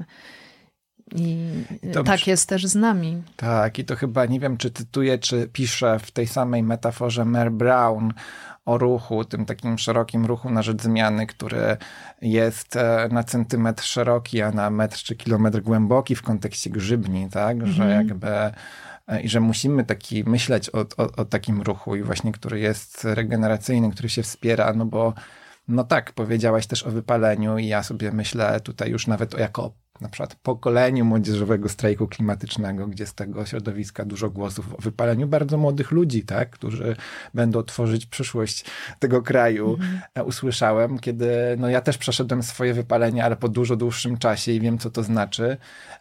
I to tak przy... jest też z nami. Tak, i to chyba, nie wiem, czy cytuję, czy piszę w tej samej metaforze Mare Brown o ruchu, tym takim szerokim ruchu na rzecz zmiany, który jest na centymetr szeroki, a na metr czy kilometr głęboki w kontekście grzybni, tak, mm-hmm. że jakby i że musimy taki myśleć o, o, o takim ruchu i właśnie, który jest regeneracyjny, który się wspiera, no bo no tak, powiedziałaś też o wypaleniu i ja sobie myślę tutaj już nawet o jako na przykład pokoleniu młodzieżowego strajku klimatycznego, gdzie z tego środowiska dużo głosów o wypaleniu bardzo młodych ludzi, tak, którzy będą tworzyć przyszłość tego kraju. Mm-hmm. Usłyszałem, kiedy no ja też przeszedłem swoje wypalenie, ale po dużo dłuższym czasie i wiem, co to znaczy.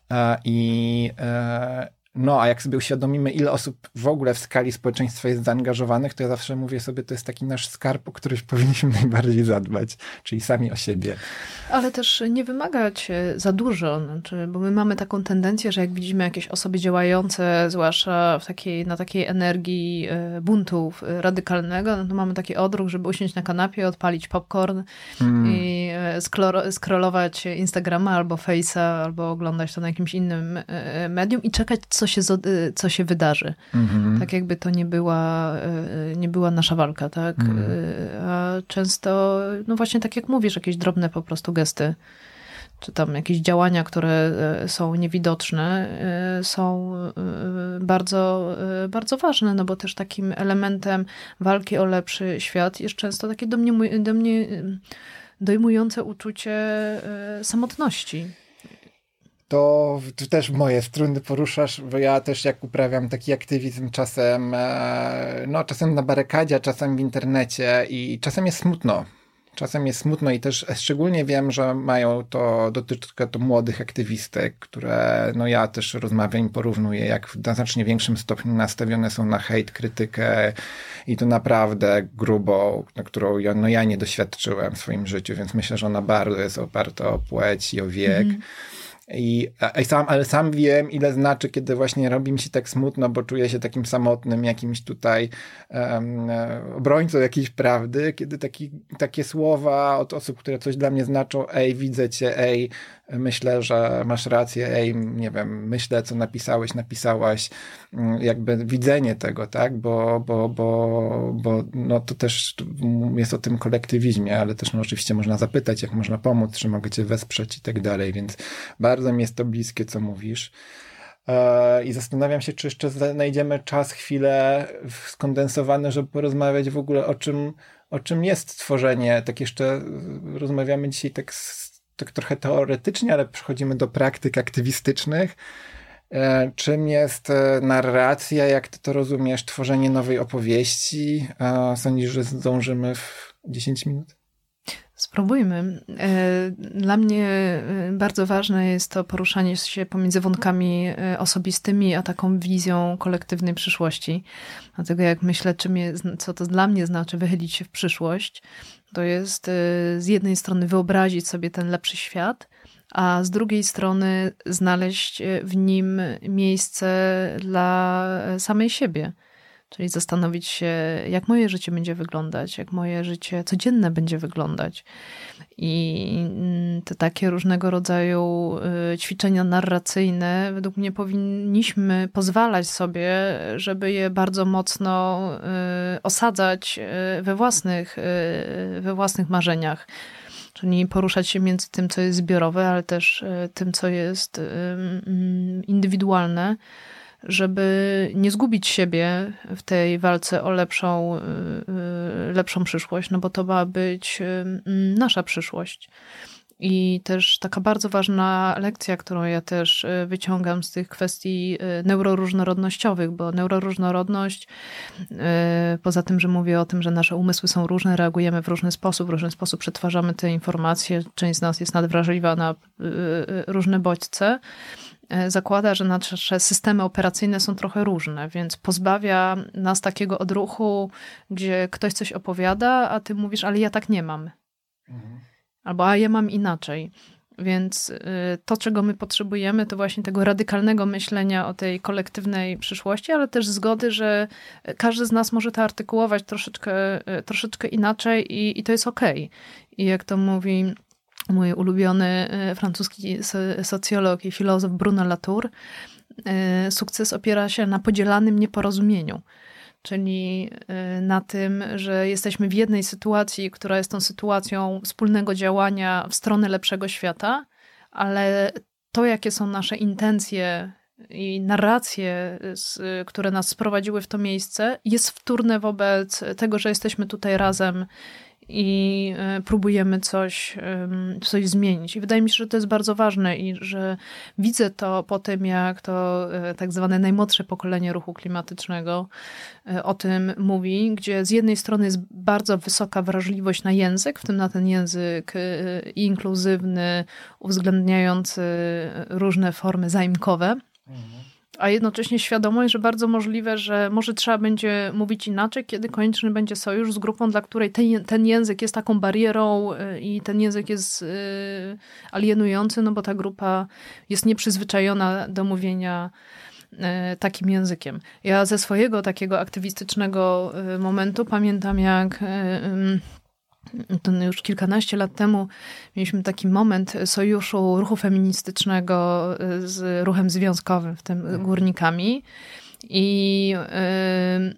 I no, a jak sobie uświadomimy, ile osób w ogóle w skali społeczeństwa jest zaangażowanych, to ja zawsze mówię sobie, to jest taki nasz skarb, o który powinniśmy najbardziej zadbać, czyli sami o siebie. Ale też nie wymagać za dużo, znaczy, bo my mamy taką tendencję, że jak widzimy jakieś osoby działające, zwłaszcza w takiej, na takiej energii buntu radykalnego, no to mamy taki odruch, żeby usiąść na kanapie, odpalić popcorn mm. i skloro- scrollować Instagrama albo Face'a, albo oglądać to na jakimś innym medium i czekać, co się, co się wydarzy. Mm-hmm. Tak jakby to nie była, nie była nasza walka, tak? Mm. A często, no właśnie tak jak mówisz, jakieś drobne po prostu gesty, czy tam jakieś działania, które są niewidoczne, są bardzo, bardzo ważne, no bo też takim elementem walki o lepszy świat jest często takie do mnie, do mnie dojmujące uczucie samotności. To też moje struny poruszasz, bo ja też jak uprawiam taki aktywizm czasem, no czasem na barykadzie, czasem w internecie i czasem jest smutno. Czasem jest smutno i też szczególnie wiem, że mają to, dotyczy to młodych aktywistek, które no ja też rozmawiam i porównuję, jak w znacznie większym stopniu nastawione są na hejt, krytykę i to naprawdę grubo, na którą ja, no ja nie doświadczyłem w swoim życiu, więc myślę, że ona bardzo jest oparta o płeć i o wiek. Mm. I, i sam, ale sam wiem, ile znaczy, kiedy właśnie robi mi się tak smutno, bo czuję się takim samotnym jakimś tutaj um, obrońcą jakiejś prawdy, kiedy taki, takie słowa od osób, które coś dla mnie znaczą, ej, widzę cię, ej, myślę, że masz rację, ej, nie wiem, myślę, co napisałeś, napisałaś, jakby widzenie tego, tak, bo, bo, bo, bo no to też jest o tym kolektywizmie, ale też no, oczywiście można zapytać, jak można pomóc, czy mogę cię wesprzeć i tak dalej, więc bardzo mi jest to bliskie, co mówisz. I zastanawiam się, czy jeszcze znajdziemy czas, chwilę skondensowany, żeby porozmawiać w ogóle o czym, o czym jest tworzenie. Tak jeszcze rozmawiamy dzisiaj tak, tak trochę teoretycznie, ale przechodzimy do praktyk aktywistycznych. Czym jest narracja, jak ty to rozumiesz, tworzenie nowej opowieści? Sądzisz, że zdążymy w dziesięć minut? Spróbujmy. Dla mnie bardzo ważne jest to poruszanie się pomiędzy wątkami osobistymi, a taką wizją kolektywnej przyszłości. Dlatego jak myślę, czym jest, co to dla mnie znaczy wychylić się w przyszłość, to jest z jednej strony wyobrazić sobie ten lepszy świat, a z drugiej strony znaleźć w nim miejsce dla samej siebie. Czyli zastanowić się, jak moje życie będzie wyglądać, jak moje życie codzienne będzie wyglądać. I te takie różnego rodzaju ćwiczenia narracyjne, według mnie powinniśmy pozwalać sobie, żeby je bardzo mocno osadzać we własnych, we własnych marzeniach. Czyli poruszać się między tym, co jest zbiorowe, ale też tym, co jest indywidualne, żeby nie zgubić siebie w tej walce o lepszą, lepszą przyszłość, no bo to ma być nasza przyszłość. I też taka bardzo ważna lekcja, którą ja też wyciągam z tych kwestii neuroróżnorodnościowych, bo neuroróżnorodność, poza tym, że mówię o tym, że nasze umysły są różne, reagujemy w różny sposób, w różny sposób przetwarzamy te informacje, część z nas jest nadwrażliwa na różne bodźce, zakłada, że nasze systemy operacyjne są trochę różne, więc pozbawia nas takiego odruchu, gdzie ktoś coś opowiada, a ty mówisz, ale ja tak nie mam. Mhm. Albo a ja mam inaczej. Więc to, czego my potrzebujemy, to właśnie tego radykalnego myślenia o tej kolektywnej przyszłości, ale też zgody, że każdy z nas może to artykułować troszeczkę, troszeczkę inaczej i, i to jest okej. I jak to mówi mój ulubiony francuski socjolog i filozof Bruno Latour, sukces opiera się na podzielanym nieporozumieniu. Czyli na tym, że jesteśmy w jednej sytuacji, która jest tą sytuacją wspólnego działania w stronę lepszego świata, ale to, jakie są nasze intencje i narracje, które nas sprowadziły w to miejsce, jest wtórne wobec tego, że jesteśmy tutaj razem i próbujemy coś, coś zmienić. I wydaje mi się, że to jest bardzo ważne i że widzę to po tym, jak to tak zwane najmłodsze pokolenie ruchu klimatycznego o tym mówi, gdzie z jednej strony jest bardzo wysoka wrażliwość na język, w tym na ten język inkluzywny, uwzględniający różne formy zaimkowe, mhm. A jednocześnie świadomość, że bardzo możliwe, że może trzeba będzie mówić inaczej, kiedy konieczny będzie sojusz z grupą, dla której ten, ten język jest taką barierą i ten język jest alienujący, no bo ta grupa jest nieprzyzwyczajona do mówienia takim językiem. Ja ze swojego takiego aktywistycznego momentu pamiętam, jak to już kilkanaście lat temu mieliśmy taki moment sojuszu ruchu feministycznego z ruchem związkowym, w tym górnikami. I yy,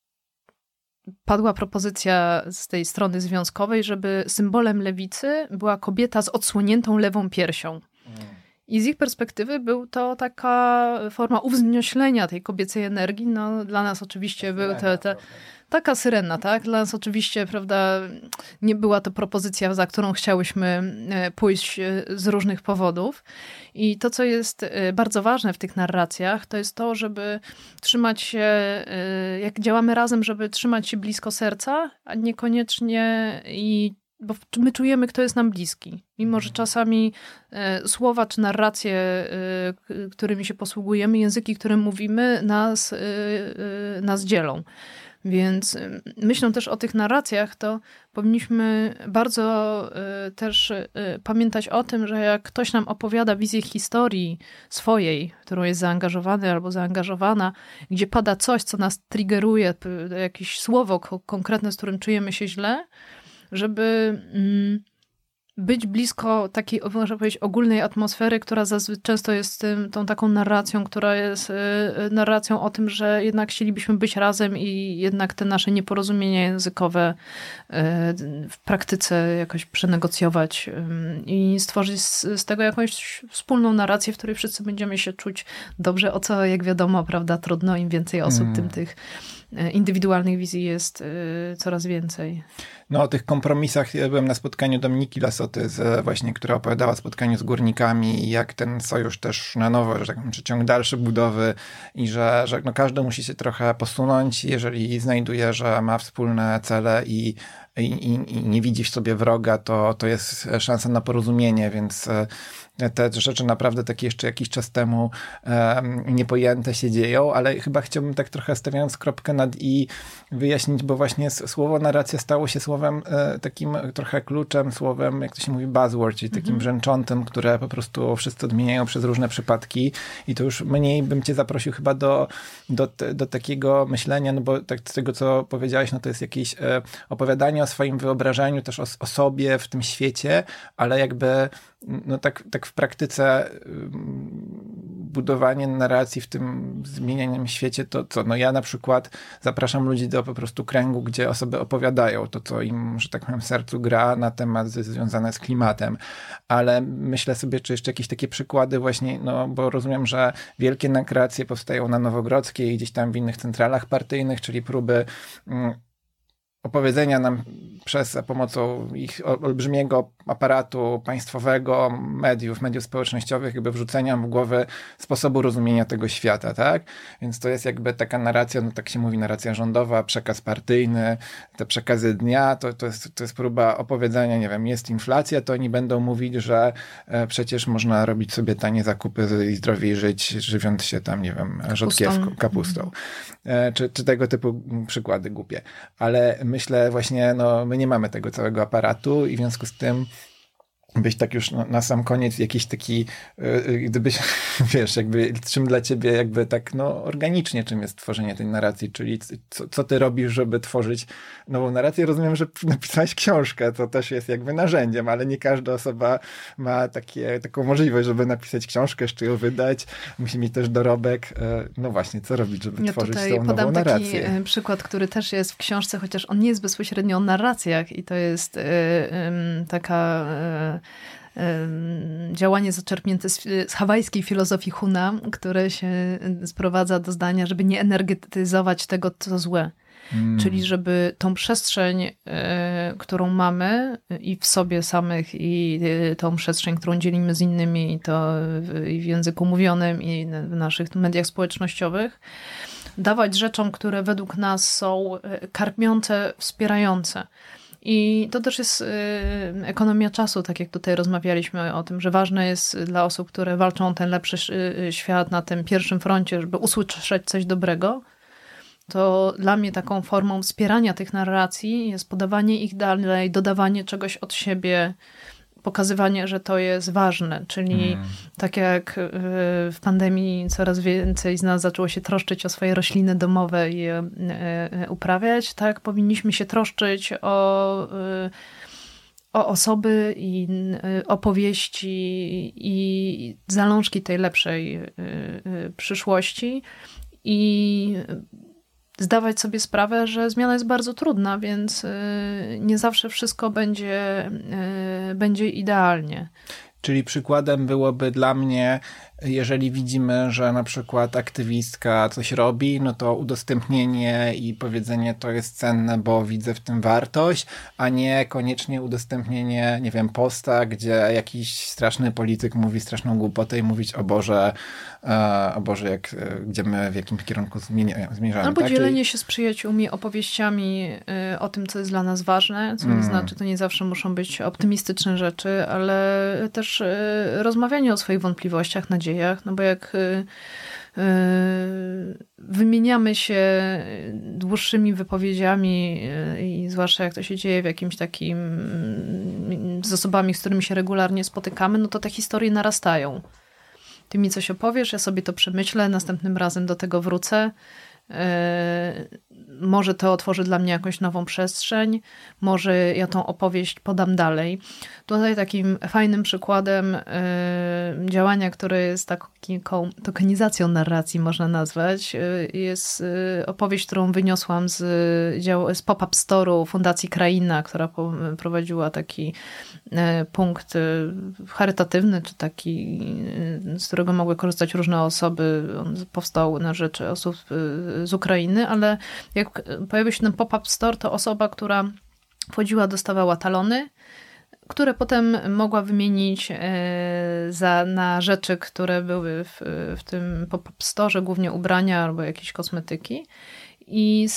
padła propozycja z tej strony związkowej, żeby symbolem lewicy była kobieta z odsłoniętą lewą piersią. I z ich perspektywy był to taka forma uwznioślenia tej kobiecej energii. No, dla nas oczywiście były te, te taka syrena, tak? Dla nas oczywiście, prawda, nie była to propozycja, za którą chciałyśmy pójść z różnych powodów. I to, co jest bardzo ważne w tych narracjach, to jest to, żeby trzymać się, jak działamy razem, żeby trzymać się blisko serca, a niekoniecznie i bo my czujemy, kto jest nam bliski. Mimo, że czasami e, słowa czy narracje, e, którymi się posługujemy, języki, którym mówimy, nas, e, e, nas dzielą. Więc myśląc też o tych narracjach, to powinniśmy bardzo y, też y, pamiętać o tym, że jak ktoś nam opowiada wizję historii swojej, w którą jest zaangażowany albo zaangażowana, gdzie pada coś, co nas triggeruje, jakieś słowo ko- konkretne, z którym czujemy się źle, żeby mm, być blisko takiej, można powiedzieć, ogólnej atmosfery, która zazwy- często jest tym, tą taką narracją, która jest y, narracją o tym, że jednak chcielibyśmy być razem i jednak te nasze nieporozumienia językowe y, w praktyce jakoś przenegocjować y, i stworzyć z, z tego jakąś wspólną narrację, w której wszyscy będziemy się czuć dobrze, o co, jak wiadomo, prawda, trudno, im więcej osób, mm. tym tych indywidualnych wizji jest y, coraz więcej. No o tych kompromisach ja byłem na spotkaniu Dominiki Lasoty, z, właśnie, która opowiadała o spotkaniu z górnikami i jak ten sojusz też na nowo, że tak powiem, czy ciąg dalszy budowy i że, że no każdy musi się trochę posunąć, jeżeli znajduje, że ma wspólne cele i, i, i nie widzi w sobie wroga, to, to jest szansa na porozumienie, więc te rzeczy naprawdę takie jeszcze jakiś czas temu um, niepojęte się dzieją, ale chyba chciałbym tak trochę stawiając kropkę nad i wyjaśnić, bo właśnie słowo narracja stało się słowem e, takim trochę kluczem, słowem, jak to się mówi, buzzword, czyli takim mm-hmm. brzęczątym, które po prostu wszyscy odmieniają przez różne przypadki i to już mniej bym cię zaprosił chyba do, do, do takiego myślenia, no bo tak z tego, co powiedziałeś, no to jest jakieś e, opowiadanie o swoim wyobrażeniu, też o, o sobie w tym świecie, ale jakby no tak, tak w praktyce budowanie narracji w tym zmienianym świecie, to co? No ja na przykład zapraszam ludzi do po prostu kręgu, gdzie osoby opowiadają to, co im, że tak powiem, w sercu gra na tematy związane z klimatem. Ale myślę sobie, czy jeszcze jakieś takie przykłady właśnie, no bo rozumiem, że wielkie narracje powstają na Nowogrodzkiej i gdzieś tam w innych centralach partyjnych, czyli próby mm, opowiedzenia nam przez za pomocą ich olbrzymiego aparatu państwowego, mediów, mediów społecznościowych, jakby wrzucenia w głowę sposobu rozumienia tego świata, tak? Więc to jest jakby taka narracja, no tak się mówi, narracja rządowa, przekaz partyjny, te przekazy dnia, to, to, jest, to jest próba opowiedzenia, nie wiem, jest inflacja, to oni będą mówić, że e, przecież można robić sobie tanie zakupy i zdrowiej żyć, żywiąc się tam, nie wiem, rzodkiewką, kapustą. E, czy, czy tego typu przykłady głupie. Ale myślę właśnie, no my nie mamy tego całego aparatu i w związku z tym byś tak już no, na sam koniec jakiś taki, yy, gdybyś, wiesz, jakby czym dla ciebie jakby tak no organicznie, czym jest tworzenie tej narracji, czyli co, co ty robisz, żeby tworzyć nową narrację. Rozumiem, że napisałeś książkę, to też jest jakby narzędziem, ale nie każda osoba ma takie, taką możliwość, żeby napisać książkę, jeszcze ją wydać. Musi mieć też dorobek. No właśnie, co robić, żeby ja tworzyć tutaj tą nową podam narrację? Taki przykład, który też jest w książce, chociaż on nie jest bezpośrednio o narracjach i to jest yy, yy, taka yy, działanie zaczerpnięte z, z hawajskiej filozofii Huna, które się sprowadza do zdania, żeby nie energetyzować tego, co złe. Hmm. Czyli żeby tą przestrzeń, y, którą mamy i w sobie samych, i y, tą przestrzeń, którą dzielimy z innymi, i to w, i w języku mówionym, i w naszych mediach społecznościowych, dawać rzeczom, które według nas są karmiące, wspierające. I to też jest y, ekonomia czasu, tak jak tutaj rozmawialiśmy o tym, że ważne jest dla osób, które walczą o ten lepszy y, świat na tym pierwszym froncie, żeby usłyszeć coś dobrego, to dla mnie taką formą wspierania tych narracji jest podawanie ich dalej, dodawanie czegoś od siebie, pokazywanie, że to jest ważne, czyli mm. tak jak w pandemii coraz więcej z nas zaczęło się troszczyć o swoje rośliny domowe i je uprawiać, tak powinniśmy się troszczyć o, o osoby i opowieści i zalążki tej lepszej przyszłości i zdawać sobie sprawę, że zmiana jest bardzo trudna, więc nie zawsze wszystko będzie, będzie idealnie. Czyli przykładem byłoby dla mnie, jeżeli widzimy, że na przykład aktywistka coś robi, no to udostępnienie i powiedzenie to jest cenne, bo widzę w tym wartość, a nie koniecznie udostępnienie, nie wiem, posta, gdzie jakiś straszny polityk mówi straszną głupotę i mówić o Boże, o Boże, jak, gdzie my w jakim kierunku zmienia, zmierzamy. Albo tak? dzielenie Czyli... się z przyjaciółmi opowieściami o tym, co jest dla nas ważne, co mm. nie znaczy, to nie zawsze muszą być optymistyczne rzeczy, ale też rozmawianie o swoich wątpliwościach, nadziejach, no bo jak wymieniamy się dłuższymi wypowiedziami i zwłaszcza jak to się dzieje w jakimś takim z osobami, z którymi się regularnie spotykamy, no to te historie narastają. Ty mi coś opowiesz, ja sobie to przemyślę, następnym razem do tego wrócę. Może to otworzy dla mnie jakąś nową przestrzeń, może ja tą opowieść podam dalej. Tutaj takim fajnym przykładem działania, które jest taką tokenizacją narracji, można nazwać, jest opowieść, którą wyniosłam z, z pop-up store'u Fundacji Kraina, która prowadziła taki punkt charytatywny, czy taki, z którego mogły korzystać różne osoby. On powstał na rzecz osób z Ukrainy, ale jak pojawił się ten pop-up store, to osoba, która wchodziła, dostawała talony, które potem mogła wymienić za, na rzeczy, które były w, w tym pop-up store, głównie ubrania albo jakieś kosmetyki. I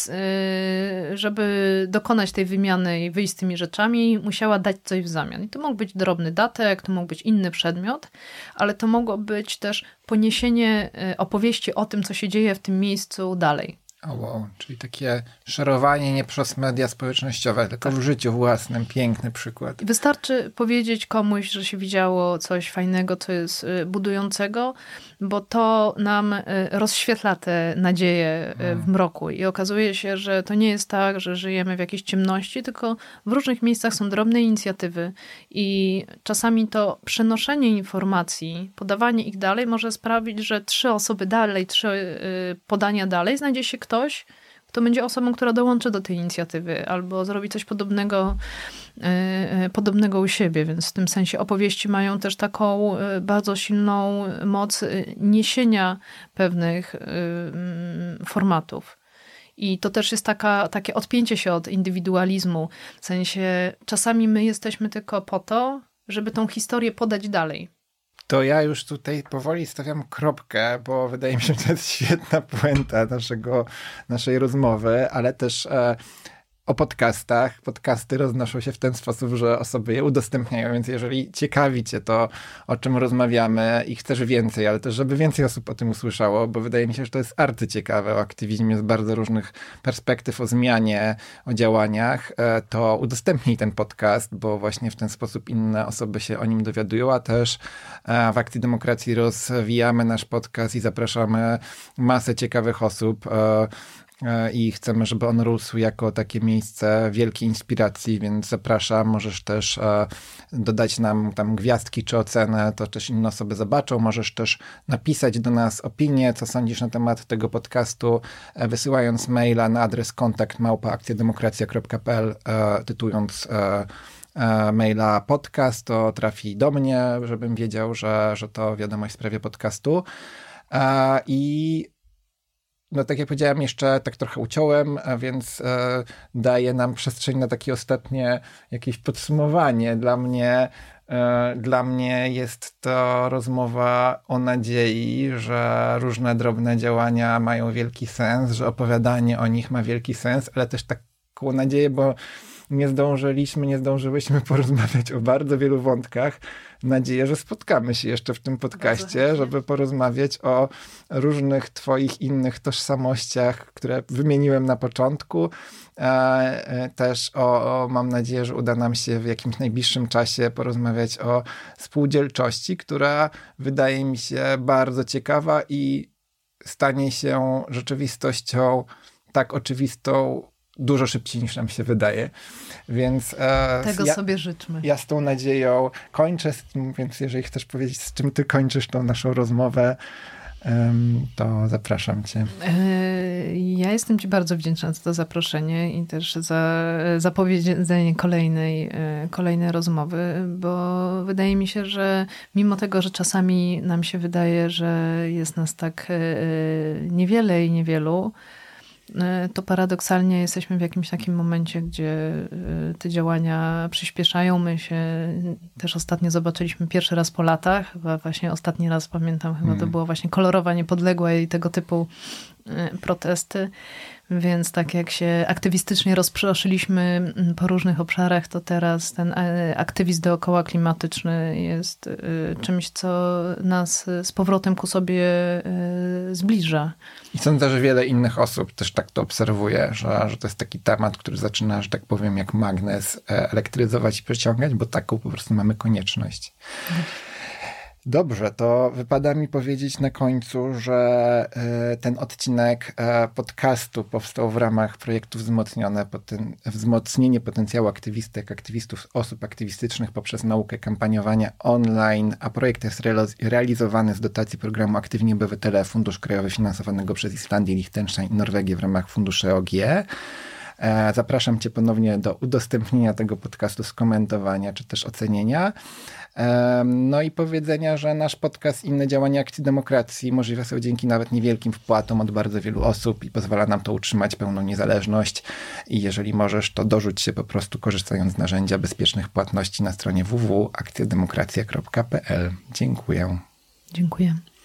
żeby dokonać tej wymiany i wyjść z tymi rzeczami, musiała dać coś w zamian. I to mógł być drobny datek, to mógł być inny przedmiot, ale to mogło być też poniesienie opowieści o tym, co się dzieje w tym miejscu dalej. O wow, czyli takie szerowanie nie przez media społecznościowe, tylko tak. w życiu własnym. Piękny przykład. Wystarczy powiedzieć komuś, że się widziało coś fajnego, co jest budującego, bo to nam rozświetla te nadzieje w mroku. I okazuje się, że to nie jest tak, że żyjemy w jakiejś ciemności, tylko w różnych miejscach są drobne inicjatywy i czasami to przenoszenie informacji, podawanie ich dalej może sprawić, że trzy osoby dalej, trzy podania dalej znajdzie się ktoś, kto będzie osobą, która dołączy do tej inicjatywy albo zrobi coś podobnego, podobnego u siebie. Więc w tym sensie opowieści mają też taką bardzo silną moc niesienia pewnych formatów. I to też jest taka, takie odpięcie się od indywidualizmu. W sensie czasami my jesteśmy tylko po to, żeby tą historię podać dalej. To ja już tutaj powoli stawiam kropkę, bo wydaje mi się, że to jest świetna puenta naszego, naszej rozmowy, ale też e, o podcastach. Podcasty roznoszą się w ten sposób, że osoby je udostępniają, więc jeżeli ciekawi cię to, o czym rozmawiamy i chcesz więcej, ale też żeby więcej osób o tym usłyszało, bo wydaje mi się, że to jest arcyciekawe o aktywizmie z bardzo różnych perspektyw, o zmianie, o działaniach, to udostępnij ten podcast, bo właśnie w ten sposób inne osoby się o nim dowiadują, a też w Akcji Demokracji rozwijamy nasz podcast i zapraszamy masę ciekawych osób, i chcemy, żeby on rósł jako takie miejsce wielkiej inspiracji, więc zapraszam, możesz też dodać nam tam gwiazdki czy ocenę, to też inne osoby zobaczą, możesz też napisać do nas opinię, co sądzisz na temat tego podcastu, wysyłając maila na adres kontakt małpa akcjademokracja kropka p l, tytułując maila podcast, to trafi do mnie, żebym wiedział, że, że to wiadomość w sprawie podcastu. I no tak jak powiedziałem, jeszcze tak trochę uciąłem, a więc e, daje nam przestrzeń na takie ostatnie jakieś podsumowanie. Dla mnie, e, dla mnie jest to rozmowa o nadziei, że różne drobne działania mają wielki sens, że opowiadanie o nich ma wielki sens, ale też taką nadzieję, bo nie zdążyliśmy, nie zdążyłyśmy porozmawiać o bardzo wielu wątkach. Nadzieję, że spotkamy się jeszcze w tym podcaście, żeby porozmawiać o różnych twoich innych tożsamościach, które wymieniłem na początku. E, też o, o, mam nadzieję, że uda nam się w jakimś najbliższym czasie porozmawiać o spółdzielczości, która wydaje mi się bardzo ciekawa i stanie się rzeczywistością tak oczywistą, dużo szybciej niż nam się wydaje. Więc e, tego ja, sobie życzmy. Ja z tą nadzieją kończę z tym, więc jeżeli chcesz powiedzieć, z czym ty kończysz tą naszą rozmowę, um, to zapraszam cię. Ja jestem ci bardzo wdzięczna za to zaproszenie i też za zapowiedzenie kolejnej, kolejnej rozmowy, bo wydaje mi się, że mimo tego, że czasami nam się wydaje, że jest nas tak niewiele i niewielu, to paradoksalnie jesteśmy w jakimś takim momencie, gdzie te działania przyspieszają. My się też ostatnio zobaczyliśmy pierwszy raz po latach. Chyba właśnie ostatni raz pamiętam, chyba to było właśnie Kolorowa Niepodległa i tego typu protesty, więc tak jak się aktywistycznie rozproszyliśmy po różnych obszarach, to teraz ten aktywizm dookoła klimatyczny jest czymś, co nas z powrotem ku sobie zbliża. I sądzę, że wiele innych osób też tak to obserwuje, że, że to jest taki temat, który zaczyna, że tak powiem, jak magnes elektryzować i przeciągać, bo taką po prostu mamy konieczność. Dobrze, to wypada mi powiedzieć na końcu, że ten odcinek podcastu powstał w ramach projektu Wzmocnione, poten, Wzmocnienie potencjału aktywistek, aktywistów, osób aktywistycznych poprzez naukę kampaniowania online, a projekt jest realizowany z dotacji programu Aktywni Obywatele, Fundusz Krajowy finansowanego przez Islandię, Liechtenstein i Norwegię w ramach funduszy E O G. Zapraszam cię ponownie do udostępnienia tego podcastu, skomentowania czy też ocenienia. No i powiedzenia, że nasz podcast Inne działania akcji demokracji możliwe są dzięki nawet niewielkim wpłatom od bardzo wielu osób i pozwala nam to utrzymać pełną niezależność. I jeżeli możesz, to dorzuć się po prostu korzystając z narzędzia bezpiecznych płatności na stronie w w w kropka akcja demokracja kropka p l. Dziękuję. Dziękuję.